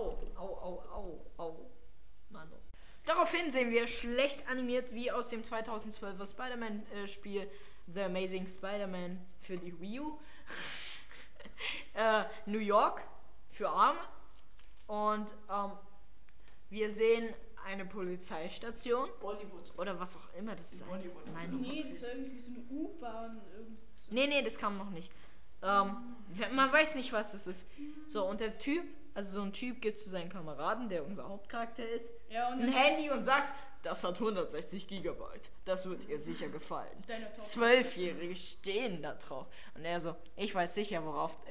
Au. Mann. Daraufhin sehen wir schlecht animiert wie aus dem 2012er Spider-Man-Spiel The Amazing Spider-Man für die Wii U. New York für Arme. Und wir sehen eine Polizeistation. Bollywood. Oder was auch immer das ist. Nee, das war irgendwie so eine U-Bahn. Nee, das kam noch nicht. Man weiß nicht, was das ist. So, und der Typ, also so ein Typ gibt zu seinen Kameraden, der unser Hauptcharakter ist, Ja, und ein Handy und sagt, das hat 160 Gigabyte. Das wird ihr sicher gefallen. Deine Tochter. 12-Jährige stehen da drauf. Und er so, ich weiß sicher,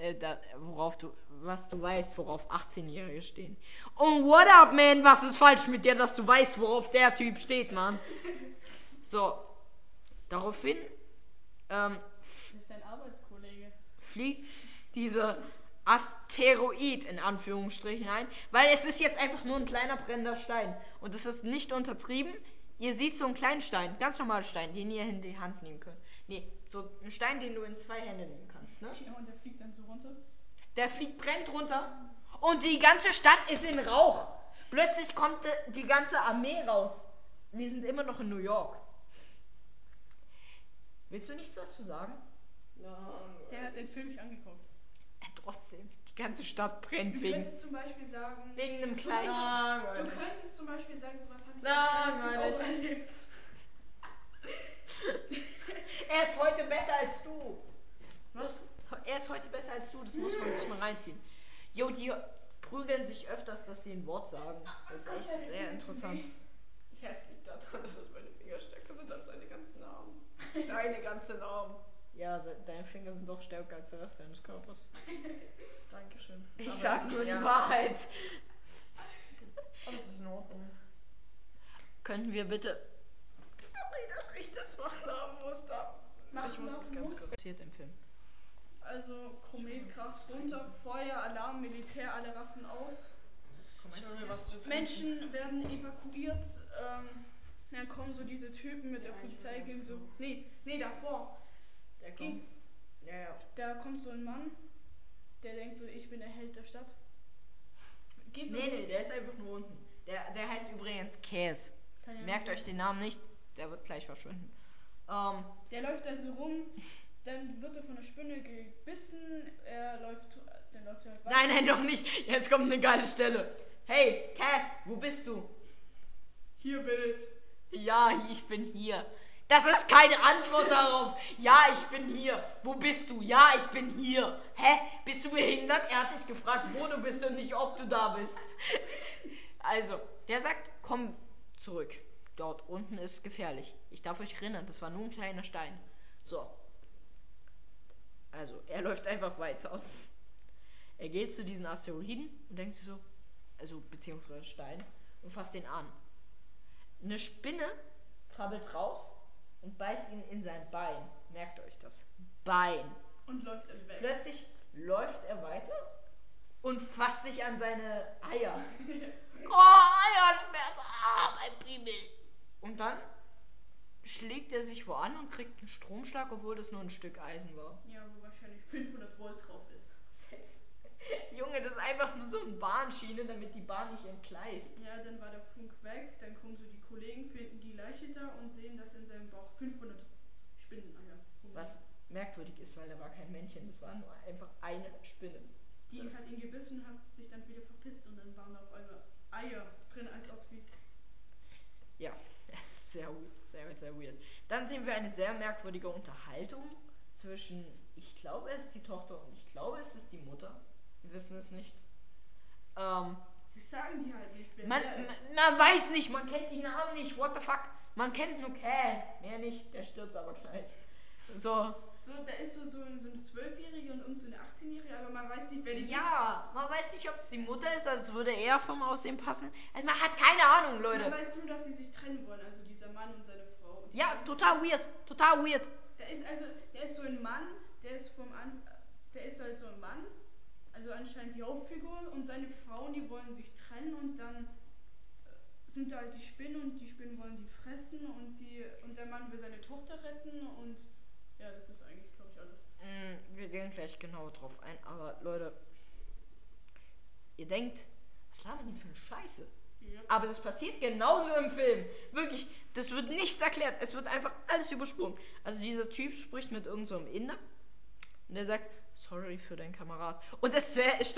was du weißt, worauf 18-Jährige stehen. Und what up, man? Was ist falsch mit dir, dass du weißt, worauf der Typ steht, Mann? So, daraufhin Das ist dein Arbeitskollege. fliegt dieser Asteroid in Anführungsstrichen ein, weil es ist jetzt einfach nur ein kleiner brennender Stein und es ist nicht untertrieben. Ihr seht so einen kleinen Stein, ganz normalen Stein, den ihr in die Hand nehmen könnt. Nee, so einen Stein, den du in 2 Hände nehmen kannst, ne? Ja, und der fliegt dann so runter. Der brennt runter und die ganze Stadt ist in Rauch. Plötzlich kommt die ganze Armee raus. Wir sind immer noch in New York. Willst du nichts dazu sagen? Der hat den Film nicht angeguckt. Trotzdem, die ganze Stadt brennt Du wegen könntest zum Beispiel sagen... einem kleinen... Du könntest zum Beispiel sagen, sowas habe ich Nein, auch erlebt. Er ist heute besser als du. Was? Er ist heute besser als du, das muss man sich mal reinziehen. Jo, die prügeln sich öfters, dass sie ein Wort sagen. Das ist echt sehr interessant. Ja, es liegt daran, dass meine Finger stärker sind als deine ganzen Arme. Deine ganzen Arme. Ja, deine Finger sind doch stärker als der Rest deines Körpers. Dankeschön. Ich Aber sag es ist nur die ja- Wahrheit. Aber es ist in Ordnung. Könnten wir bitte... Sorry, dass ich das machen haben musste. Ich muss das ganz kurz. Passiert im Film. Also, Komet kracht runter, Feuer, Alarm, Militär, alle rasten aus. Ich hol mir was zu trinken. Menschen werden evakuiert. Dann kommen so diese Typen mit der Polizei, gehen so. Nee, davor. Der kommt. Ja. Da kommt so ein Mann, der denkt so, ich bin der Held der Stadt. Geht so. Nee, der ist einfach nur unten. Der heißt übrigens Käse. Merkt euch den Namen nicht, der wird gleich verschwinden. Der läuft da so rum, dann wird er von der Spinne gebissen, dann läuft er halt weiter. Nein, doch nicht. Jetzt kommt eine geile Stelle. Hey, Cass, wo bist du? Hier Wild. Ja, ich bin hier. Das ist keine Antwort darauf. Ja, ich bin hier. Wo bist du? Ja, ich bin hier. Hä? Bist du behindert? Er hat dich gefragt, wo du bist und nicht, ob du da bist. Also, der sagt, komm zurück. Dort unten ist gefährlich. Ich darf euch erinnern, das war nur ein kleiner Stein. So. Also, er läuft einfach weiter. Er geht zu diesen Asteroiden und denkt sich so, also beziehungsweise Stein, und fasst den an. Eine Spinne krabbelt raus und beißt ihn in sein Bein. Merkt euch das. Bein. Und läuft dann weg. Plötzlich läuft er weiter und fasst sich an seine Eier. Eierschmerz, mein Pimmel. Und dann schlägt er sich wo an und kriegt einen Stromschlag, obwohl das nur ein Stück Eisen war. Ja, wo wahrscheinlich 500 Volt drauf ist. Junge, das ist einfach nur so eine Bahnschiene, damit die Bahn nicht entgleist. Ja, dann war der Funk weg, dann kommen so die Kollegen, finden die Leiche da und sehen, dass in seinem Bauch 500 Spinneneier rumliegen. Was merkwürdig ist, weil da war kein Männchen, das war nur einfach eine Spinne. Die hat ihn gebissen und hat sich dann wieder verpisst und dann waren da auf einmal Eier drin, als ob sie... Ja, es ist sehr weird, sehr, sehr weird. Dann sehen wir eine sehr merkwürdige Unterhaltung zwischen, ich glaube es ist die Tochter und ich glaube es ist die Mutter. Wir wissen es nicht. Sie sagen die halt nicht, wer man weiß nicht, man kennt die Namen nicht, what the fuck. Man kennt nur Cass, mehr nicht, der stirbt aber gleich. So, da ist so eine 12-Jährige und so eine 18-Jährige, aber man weiß nicht, wer die sind. Ja, man weiß nicht, ob es die Mutter ist, also es würde eher vom Aussehen passen. Also man hat keine Ahnung, Leute. Man weiß nur, dass sie sich trennen wollen, also dieser Mann und seine Frau. Und ja, total weird, total weird. Der ist so ein Mann, der ist halt so ein Mann, also anscheinend die Hauptfigur, und seine Frauen, die wollen sich trennen und dann sind da halt die Spinnen und die Spinnen wollen die fressen und der Mann will seine Tochter retten und ja, das ist eigentlich, glaube ich, alles. Wir gehen gleich genau drauf ein, aber Leute, ihr denkt, was labern die für eine Scheiße? Ja. Aber das passiert genauso im Film. Wirklich, das wird nichts erklärt, es wird einfach alles übersprungen. Also dieser Typ spricht mit irgend so einem Inder und der sagt, sorry für deinen Kamerad. Und es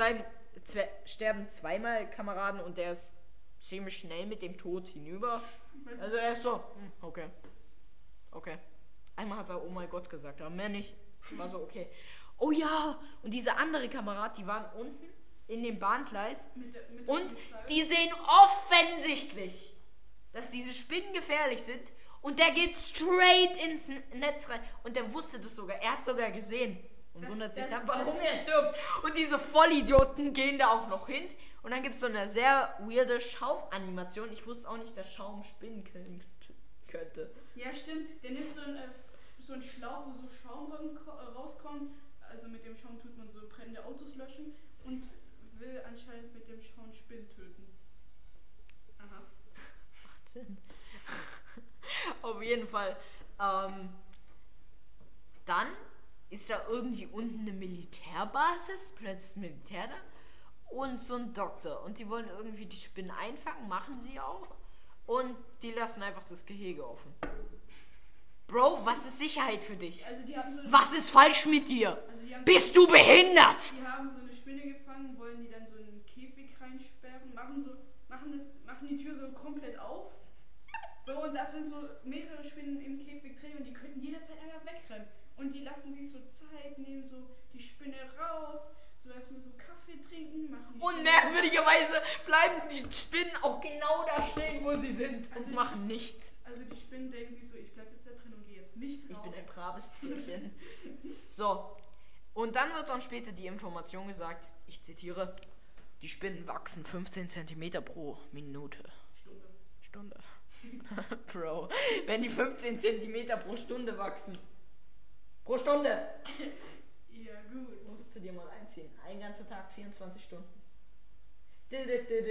sterben zweimal Kameraden und der ist ziemlich schnell mit dem Tod hinüber. Also er ist so, okay. Einmal hat er oh mein Gott gesagt, aber mehr nicht. War so, okay. Oh ja, und diese andere Kamerad, die waren unten in dem Bahngleis und die sehen offensichtlich, dass diese Spinnen gefährlich sind und der geht straight ins Netz rein und der wusste das sogar, er hat sogar gesehen und wundert sich dann, warum er stirbt. Und diese Vollidioten gehen da auch noch hin und dann gibt es so eine sehr weirde Schaumanimation. Ich wusste auch nicht, dass Schaum Spinnen killen könnte. Ja, stimmt. Der nimmt so einen Schlauch, wo so Schaum rauskommt. Also mit dem Schaum tut man so brennende Autos löschen und will anscheinend mit dem Schaum Spinnen töten. Aha. Macht Sinn. Auf jeden Fall. Dann ist da irgendwie unten eine Militärbasis, plötzlich Militär da und so ein Doktor. Und die wollen irgendwie die Spinnen einfangen, machen sie auch. Und die lassen einfach das Gehege offen. Bro, was ist Sicherheit für dich? Also die haben so was ist falsch mit dir? Also bist du behindert? Die haben so eine Spinne gefangen, wollen die dann so in einen Käfig reinsperren, machen die Tür so komplett auf. So, und das sind so mehrere Spinnen im Käfig drin und die könnten jederzeit einfach wegrennen. Und die lassen sich so Zeit, nehmen so die Spinne raus, so erstmal so Kaffee trinken, machen die und merkwürdigerweise bleiben die Spinnen auch genau da stehen, wo sie sind und machen nichts. Also die Spinnen denken sich so, ich bleib jetzt da drin und gehe jetzt nicht raus. Ich bin ein braves Tierchen. So, und dann wird dann später die Information gesagt, ich zitiere, die Spinnen wachsen 15 cm pro Minute. Stunde. Bro, wenn die 15 cm pro Stunde wachsen. Pro Stunde! Ja, gut. Musst du dir mal einziehen. Ein ganzer Tag, 24 Stunden. 2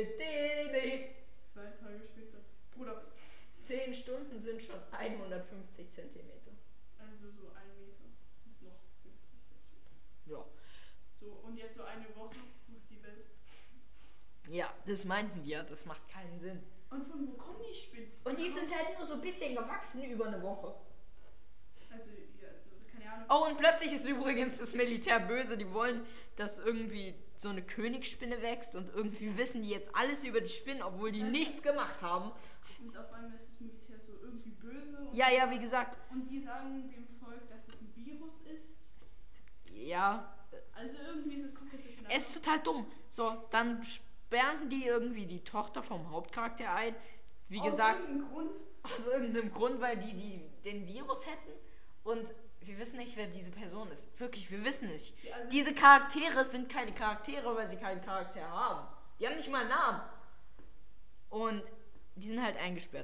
Tage später. Bruder. 10 Stunden sind schon 150 cm. Also so 1 Meter. Noch 50 cm. Ja. So, und jetzt so eine Woche, wo ist die Welt? Ja, das meinten wir, das macht keinen Sinn. Und von wo kommen die Spinnen? Und die sind halt nur so ein bisschen gewachsen über eine Woche. Also, ja, keine Ahnung. Oh, und plötzlich ist übrigens das Militär böse. Die wollen, dass irgendwie so eine Königsspinne wächst und irgendwie wissen die jetzt alles über die Spinnen, obwohl die nichts gemacht haben. Und auf einmal ist das Militär so irgendwie böse. Und ja, wie gesagt. Und die sagen dem Volk, dass es ein Virus ist. Ja. Also irgendwie ist es komplett durcheinander. Es ist total dumm. So, dann sperren die irgendwie die Tochter vom Hauptcharakter ein. Wie gesagt. Aus irgendeinem Grund, weil die den Virus hätten. Und wir wissen nicht, wer diese Person ist. Wirklich, wir wissen nicht. Ja, also diese Charaktere sind keine Charaktere, weil sie keinen Charakter haben. Die haben nicht mal einen Namen. Und die sind halt eingesperrt.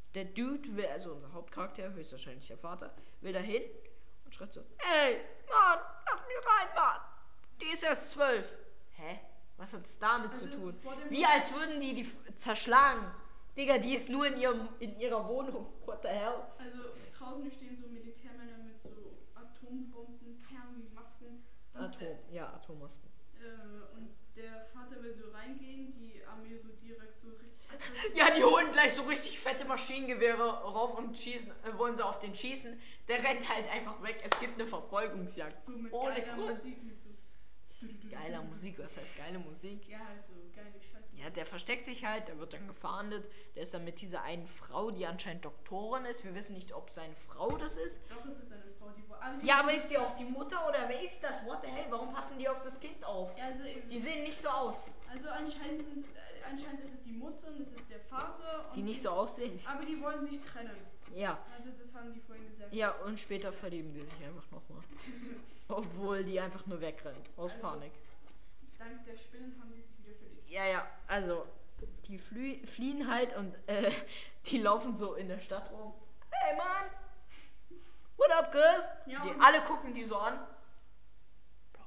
Der Dude will, also unser Hauptcharakter, höchstwahrscheinlich der Vater, will da hin und schreit so, ey, Mann, lass mich rein, Mann. Die ist erst 12. Hä? Was hat es damit zu tun? Wie als würden die zerschlagen. Digga, die ist nur in ihrer Wohnung. What the hell? Also draußen stehen so Militärmänner mit so Atombomben, keine Ahnung, wie Masken. Atommasken. Und der Vater will so reingehen, die Armee so direkt so richtig... Ja, die holen gleich so richtig fette Maschinengewehre rauf und schießen, wollen sie auf den schießen. Der rennt halt einfach weg. Es gibt eine Verfolgungsjagd. So mit ohne geiler Musik, mit so... Geiler Musik, was heißt geile Musik? Ja, halt so geile Scheiße. Ja, der versteckt sich halt, der wird dann gefahndet. Der ist dann mit dieser einen Frau, die anscheinend Doktorin ist. Wir wissen nicht, ob seine Frau das ist. Doch, es ist eine Frau, die... Ja, aber ist die auch die Mutter oder wer ist das? What the hell? Warum passen die auf das Kind auf? Ja, also, die sehen nicht so aus. Also anscheinend ist es die Mutter und es ist der Vater. Und die nicht so aussehen. Aber die wollen sich trennen. Ja. Also das haben die vorhin gesagt. Ja, und später verlieben die sich einfach nochmal. Obwohl die einfach nur wegrennt. Aus Panik. Dank der Spinnen haben die sich wieder verliebt. Ja, also die fliehen halt und die laufen so in der Stadt rum. Hey Mann! What up, Chris? Ja, die alle gucken die so an. Bro.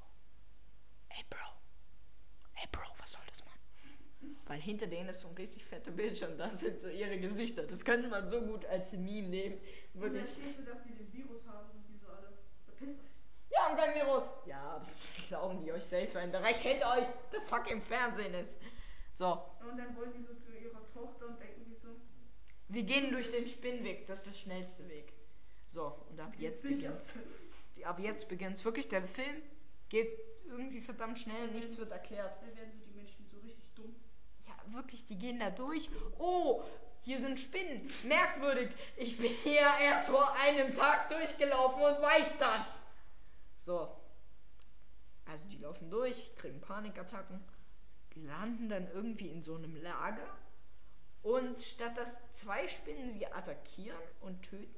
Hey Bro, was soll das, Mann? Weil hinter denen ist so ein richtig fetter Bildschirm, das sind so ihre Gesichter. Das könnte man so gut als Meme nehmen. Wirklich. Und da steht so, dass die den Virus haben und die so alle verpisst euch. Ja, haben kein Virus. Ja, das glauben die euch selbst, weil direkt kennt euch das fucking Fernsehen ist. So. Und dann wollen die so zu ihrer Tochter und denken sich so... Wir gehen durch den Spinnweg, das ist der schnellste Weg. So, und ab jetzt beginnt's. Wirklich, der Film geht irgendwie verdammt schnell und nichts wird erklärt. Da werden so die Menschen so richtig dumm. Ja, wirklich, die gehen da durch. Oh, hier sind Spinnen. Merkwürdig. Ich bin hier erst vor einem Tag durchgelaufen und weiß das. So. Also die laufen durch, kriegen Panikattacken, landen dann irgendwie in so einem Lager. Und statt dass 2 Spinnen sie attackieren und töten,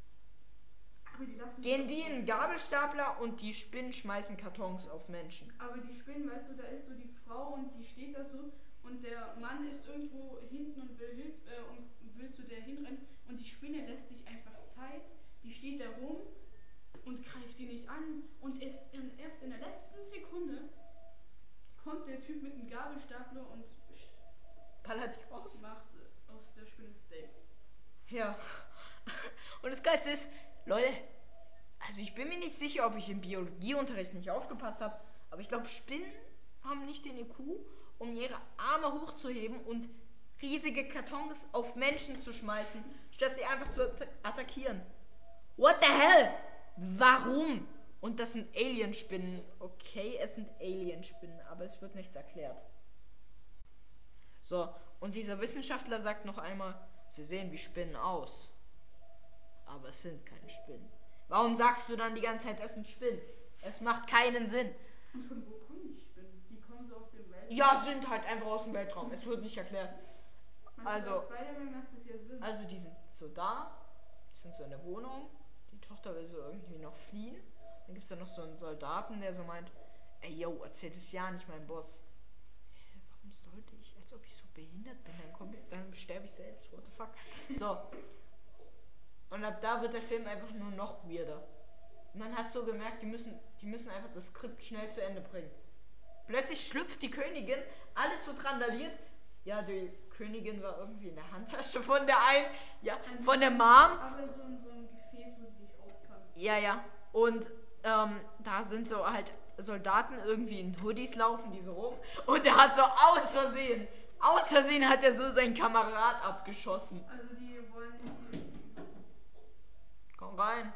gehen die in den Gabelstapler und die Spinnen schmeißen Kartons auf Menschen. Aber die Spinnen, weißt du, da ist so die Frau und die steht da so und der Mann ist irgendwo hinten und will zu der hinrennen und die Spinne lässt sich einfach Zeit, die steht da rum und greift die nicht an und erst in der letzten Sekunde kommt der Typ mit dem Gabelstapler und ballert die raus. Macht aus der Spinne Steak. Ja. Und das Geilste ist, Leute, also ich bin mir nicht sicher, ob ich im Biologieunterricht nicht aufgepasst habe, aber ich glaube, Spinnen haben nicht den IQ, um ihre Arme hochzuheben und riesige Kartons auf Menschen zu schmeißen, statt sie einfach zu attackieren. What the hell? Warum? Und das sind Alienspinnen. Okay, es sind Alienspinnen, aber es wird nichts erklärt. So, und dieser Wissenschaftler sagt noch einmal, sie sehen wie Spinnen aus. Aber es sind keine Spinnen. Warum sagst du dann die ganze Zeit, es sind Spinnen? Es macht keinen Sinn. Und von wo kommen die Spinnen? Die kommen so aus dem Weltraum? Ja, sind halt einfach aus dem Weltraum. Es wird nicht erklärt. Also, Spider-Man macht das ja Sinn. Also die sind so da, die sind so in der Wohnung. Die Tochter will so irgendwie noch fliehen. Dann gibt es da noch so einen Soldaten, der so meint, ey yo, erzähl das ja nicht meinem Boss. Warum sollte ich? Als ob ich so behindert bin. Dann sterbe ich selbst. What the fuck? So. Und ab da wird der Film einfach nur noch weirder. Man hat so gemerkt, die müssen einfach das Skript schnell zu Ende bringen. Plötzlich schlüpft die Königin, alles wird randaliert. Ja, die Königin war irgendwie in der Handtasche von der einen, ja, von der Mom. Aber so ein Gefäß, wo sie nicht raus kann. Ja. Und da sind so halt Soldaten irgendwie in Hoodies laufen die so rum. Und der hat so aus Versehen hat er so seinen Kamerad abgeschossen. Also die wollen... Komm rein.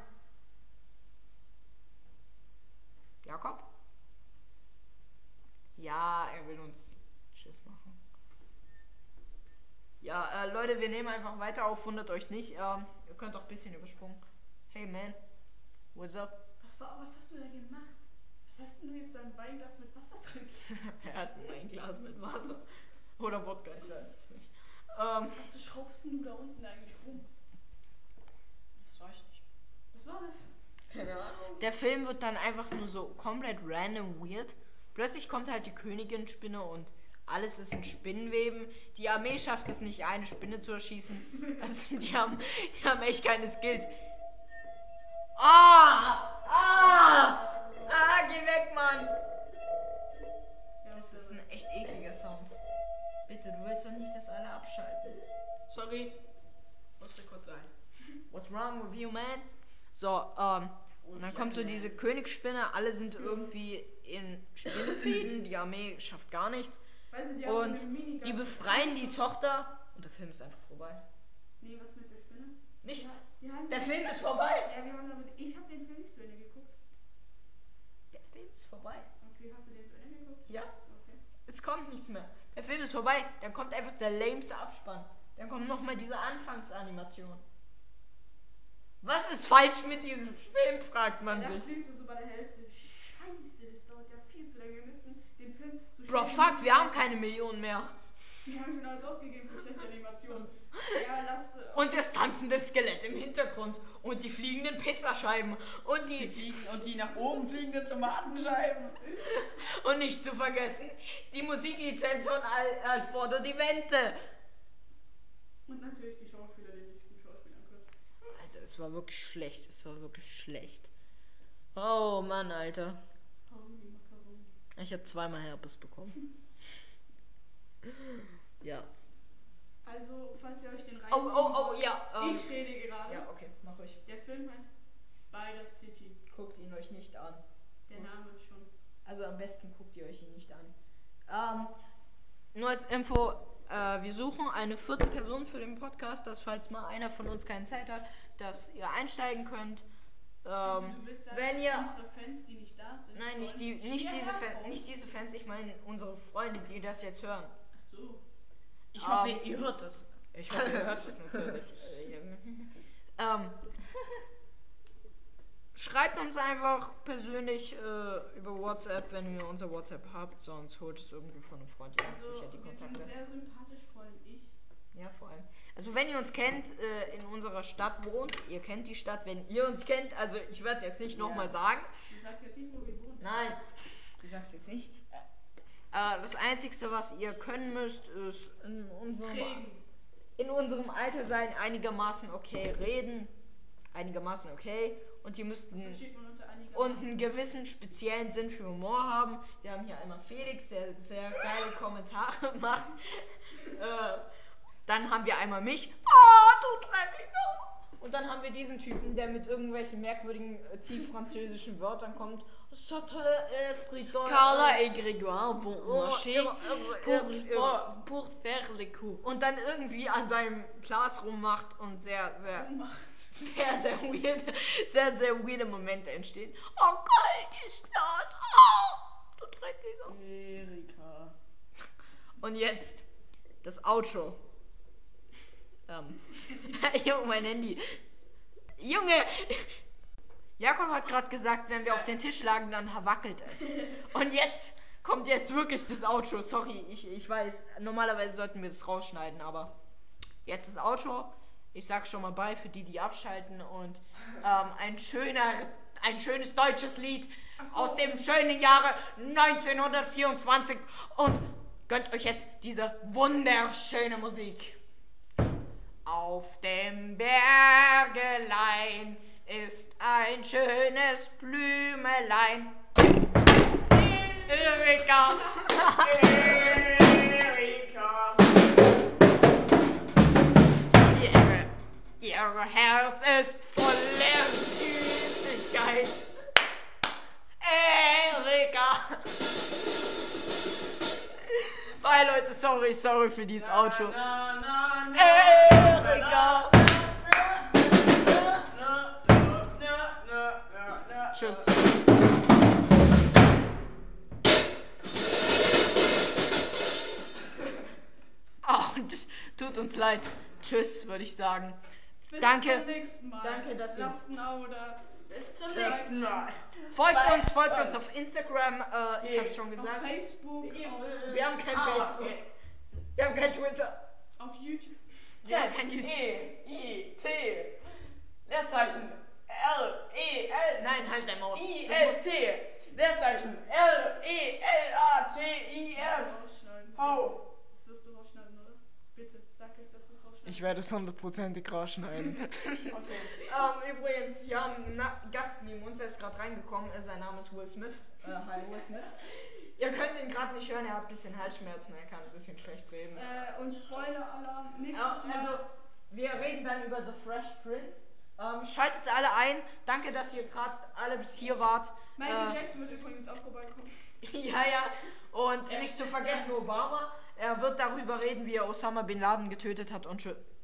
Jakob? Ja, er will uns Schiss machen. Ja, Leute, wir nehmen einfach weiter auf, wundert euch nicht. Ihr könnt auch ein bisschen übersprungen. Hey man, what's up? Was hast du da gemacht? Was hast du jetzt ein Weinglas mit Wasser drin? Er hat ein Weinglas mit Wasser. Oder Wodka, ich weiß es nicht. Was schraubst du da unten eigentlich rum? Das weiß ich nicht. Was war das? Keine Ahnung. Der Film wird dann einfach nur so komplett random weird. Plötzlich kommt halt die Königin-Spinne und Alles ist in Spinnenweben. Die Armee schafft es nicht, eine Spinne zu erschießen. Also die haben echt keine Skills. Geh weg, Mann! Das ist ein echt ekliger Sound. Bitte, du willst doch nicht, dass alle abschalten. Sorry. Musste kurz sein. What's wrong with you, man? So, und dann kommt so diese Königsspinne, alle sind irgendwie in Spinnenfäden, die Armee schafft gar nichts. Und die befreien die Tochter und der Film ist einfach vorbei. Nee, was mit der Spinne? Nichts. Ja, der Film ist vorbei. Ja, ich habe den Film nicht zu Ende geguckt. Der Film ist vorbei. Okay, hast du den zu Ende geguckt? Ja. Okay. Es kommt nichts mehr. Der Film ist vorbei. Dann kommt einfach der lameste Abspann. Dann kommt nochmal diese Anfangsanimation. Was ist falsch mit diesem Film, fragt man sich. Da siehst du so bei der Hälfte. Scheiße, das dauert ja viel zu lange. Wir müssen den Film so Bro, fuck, wir haben keine Millionen mehr. Wir haben schon alles ausgegeben für schlechte Animationen. Ja, lass. Und das tanzende Skelett im Hintergrund. Und die fliegenden Pizzascheiben. Und die nach oben fliegenden Tomatenscheiben. Und nicht zu vergessen, die Musiklizenz von Alfordo di Vente. Und natürlich die Schauspieler, die nicht gut schauspielern können. Alter, es war wirklich schlecht. Es war wirklich schlecht. Oh Mann, Alter. Holy Macaroni. Ich habe zweimal Herpes bekommen. Ja. Also, falls ihr euch den rein. Ja. Ich rede gerade. Ja, okay, mach ruhig. Der Film heißt Spider City. Guckt ihn euch nicht an. Der Name schon. Also am besten guckt ihr euch ihn nicht an. Nur als Info, wir suchen eine 4. Person für den Podcast, dass falls mal einer von uns keine Zeit hat, dass ihr einsteigen könnt. Also du willst sagen, wenn ihr unsere Fans, die nicht da sind. Nein, nicht diese Fans, ich meine unsere Freunde, die das jetzt hören. Ach so. Ich hoffe, ihr hört das. Ich hoffe, ihr hört es natürlich. Schreibt uns einfach persönlich über WhatsApp, wenn ihr unser WhatsApp habt, sonst holt es irgendwie von einem Freund. Ihr habt sicher die Kontakte. Wir sind sehr sympathisch, vor allem ich. Ja, vor allem. Also wenn ihr uns kennt, in unserer Stadt wohnt, ihr kennt die Stadt, wenn ihr uns kennt, also ich werde es jetzt nicht nochmal sagen. Du sagst jetzt nicht, wo wir wohnen. Nein, du sagst jetzt nicht. Das Einzigste, was ihr können müsst, ist in unserem Alter sein, einigermaßen okay reden. Einigermaßen okay. Und ihr müsst einen gewissen speziellen Sinn für Humor haben. Wir haben hier einmal Felix, der sehr geile Kommentare macht. Dann haben wir einmal mich. Du Dreckiger! Und dann haben wir diesen Typen, der mit irgendwelchen merkwürdigen tieffranzösischen Wörtern kommt. Carla et Grégoire vont marcher pour faire les coups. Und dann irgendwie an seinem Glas rummacht und sehr weirde Momente entstehen. Oh, kalt ist Glas. Du Dreckiger. Erika. Und jetzt das Outro. Jo, mein Handy. Junge! Jakob hat gerade gesagt, wenn wir auf den Tisch lagen, dann wackelt es. Und jetzt kommt wirklich das Outro. Sorry, ich weiß, normalerweise sollten wir das rausschneiden, aber jetzt das Outro. Ich sag schon mal bye für die abschalten und ein schönes deutsches Lied aus dem schönen Jahre 1924 und gönnt euch jetzt diese wunderschöne Musik. Auf dem Bergelein ist ein schönes Blümelein. Erika. Erika. Ihr Herz ist voller Süßigkeit. Erika. Bye Leute, sorry für dieses Outro. Erika. Tschüss. Tut uns leid. Tschüss, würde ich sagen. Danke. Bis zum nächsten Mal. Danke, dass ihr. Lasst ein Abo da. Bis zum nächsten Mal. Folgt uns auf Instagram. Ich hab's schon gesagt. Auf Facebook. Wir haben kein Facebook. Wir haben kein Twitter. Auf YouTube. Wir haben kein YouTube. E-I-T. Leerzeichen. L-E-L. Nein, halt dein Maul. I-S-T. Leerzeichen. L-E-L-A-T-I-F. Ausschneiden. Oh! Das wirst du rausschneiden, oder? Bitte, sag jetzt, dass du es rausschneidest. Ich werde es 100%ig rausschneiden. Okay. Übrigens, wir haben einen Gast neben uns, der ist gerade reingekommen. Sein Name ist Will Smith. Hi, Will Smith. Ihr könnt ihn gerade nicht hören, er hat ein bisschen Halsschmerzen, er kann ein bisschen schlecht reden. Und Spoiler-Alarm, nächstes Mal. Also, wir reden dann über The Fresh Prince. Schaltet alle ein. Danke, dass ihr gerade alle bis hier wart. Michael Jackson wird übrigens auch vorbeikommen. Ja. Und nicht zu vergessen Obama. Er wird darüber reden, wie er Osama Bin Laden getötet hat und